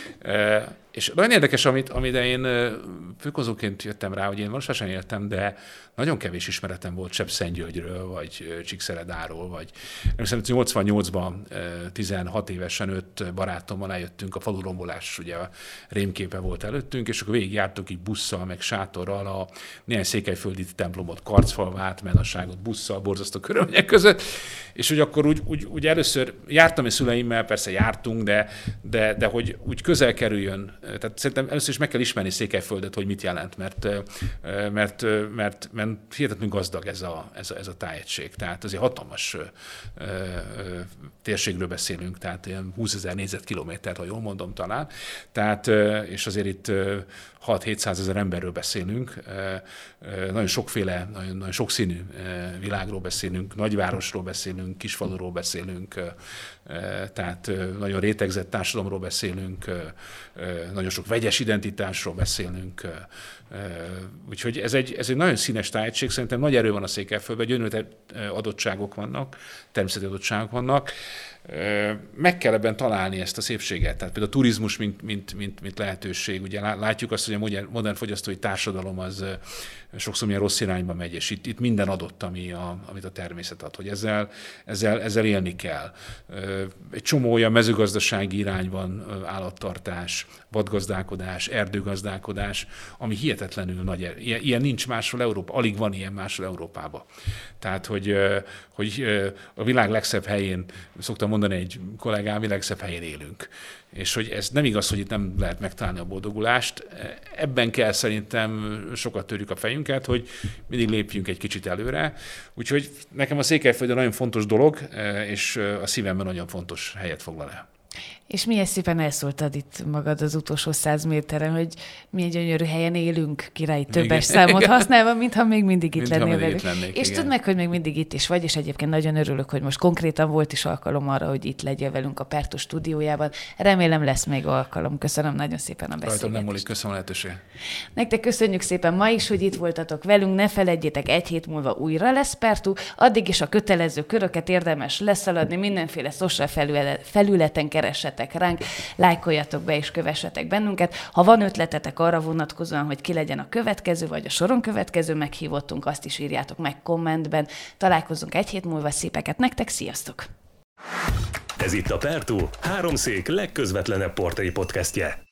Uh, és nagyon érdekes, amit, amit én főkozóként jöttem rá, hogy én Marosvásárhelyen éltem, de nagyon kevés ismeretem volt Sepszentgyörgyről, vagy Csíkszeredáról, vagy emlékszem, nyolcvannyolcban tizenhat évesen öt barátommal eljöttünk, a falurombolás, ugye a rémképe volt előttünk, és akkor végigjártunk így busszal, meg sátorral a néhány székelyföldi templomot, Karcfalvát, Menasságot busszal, borzasztó körülmények között, és hogy akkor úgy, úgy, úgy először jártam a szüleimmel, persze jártunk, de, de, de hogy úgy közel kerüljön, tehát szerintem először is meg kell ismerni Székelyföldet, hogy mit jelent, mert, mert, mert, mert hihetetlenül gazdag ez a, ez a, ez a tájegység. Tehát azért hatalmas ö, ö, térségről beszélünk, tehát ilyen húszezer négyzetkilométer, ha jól mondom talán. Tehát, és azért itt hat-hétszázezer emberről beszélünk, nagyon sokféle, nagyon, nagyon sokszínű világról beszélünk, nagyvárosról beszélünk, kisfaluról beszélünk, tehát nagyon rétegzett társadalomról beszélünk, nagyon sok vegyes identitásról beszélünk, úgyhogy ez egy, ez egy nagyon színes tájegység, szerintem nagy erő van a Székelyföldben, gyönyörű adottságok vannak, természeti adottságok vannak, meg kell ebben találni ezt a szépséget. Tehát például a turizmus, mint, mint, mint, mint lehetőség. Ugye látjuk azt, hogy a modern, modern fogyasztói társadalom az sokszor milyen rossz irányba megy, és itt, itt minden adott, ami a, amit a természet ad, hogy ezzel, ezzel, ezzel élni kell. Egy csomó olyan mezőgazdasági irányban állattartás, vadgazdálkodás, erdőgazdálkodás, ami hihetetlenül nagy. Ilyen, ilyen nincs máshol Európa, alig van ilyen máshol Európában. Tehát, hogy, hogy a világ legszebb helyén, szoktam mondani egy kollégám, a legszebb helyén élünk. És hogy ez nem igaz, hogy itt nem lehet megtalálni a boldogulást. Ebben kell szerintem sokat törjük a fejünket, hogy mindig lépjünk egy kicsit előre. Úgyhogy nekem a Székelyföld nagyon fontos dolog, és a szívemben nagyon fontos helyet foglal el. És milyen szépen elszóltad itt magad az utolsó száz méteren, hogy milyen gyönyörű helyen élünk, királyi többes számot használva, mintha még mindig itt lennél velük. És igen. Tudd meg, hogy még mindig itt is vagy, és egyébként nagyon örülök, hogy most konkrétan volt is alkalom arra, hogy itt legyél velünk a Pertú stúdiójában. Remélem lesz még alkalom. Köszönöm nagyon szépen a beszélgetést. Rajtam nem múlik, köszönöm a lehetőséget. Nektek köszönjük szépen ma is, hogy itt voltatok velünk. Ne feledjétek, egy hét múlva újra lesz Pertú. Addig is a kötelező köröket érdemes leszaladni, mindenféle social felületen keressetek ránk, lájkoljatok be és kövessetek bennünket. Ha van ötletetek arra vonatkozóan, hogy ki legyen a következő, vagy a soron következő meghívottunk, azt is írjátok meg kommentben. Találkozunk egy hét múlva, szépeket nektek, sziasztok! Ez itt a Pertú, háromszék legközvetlenebb portré podcastje.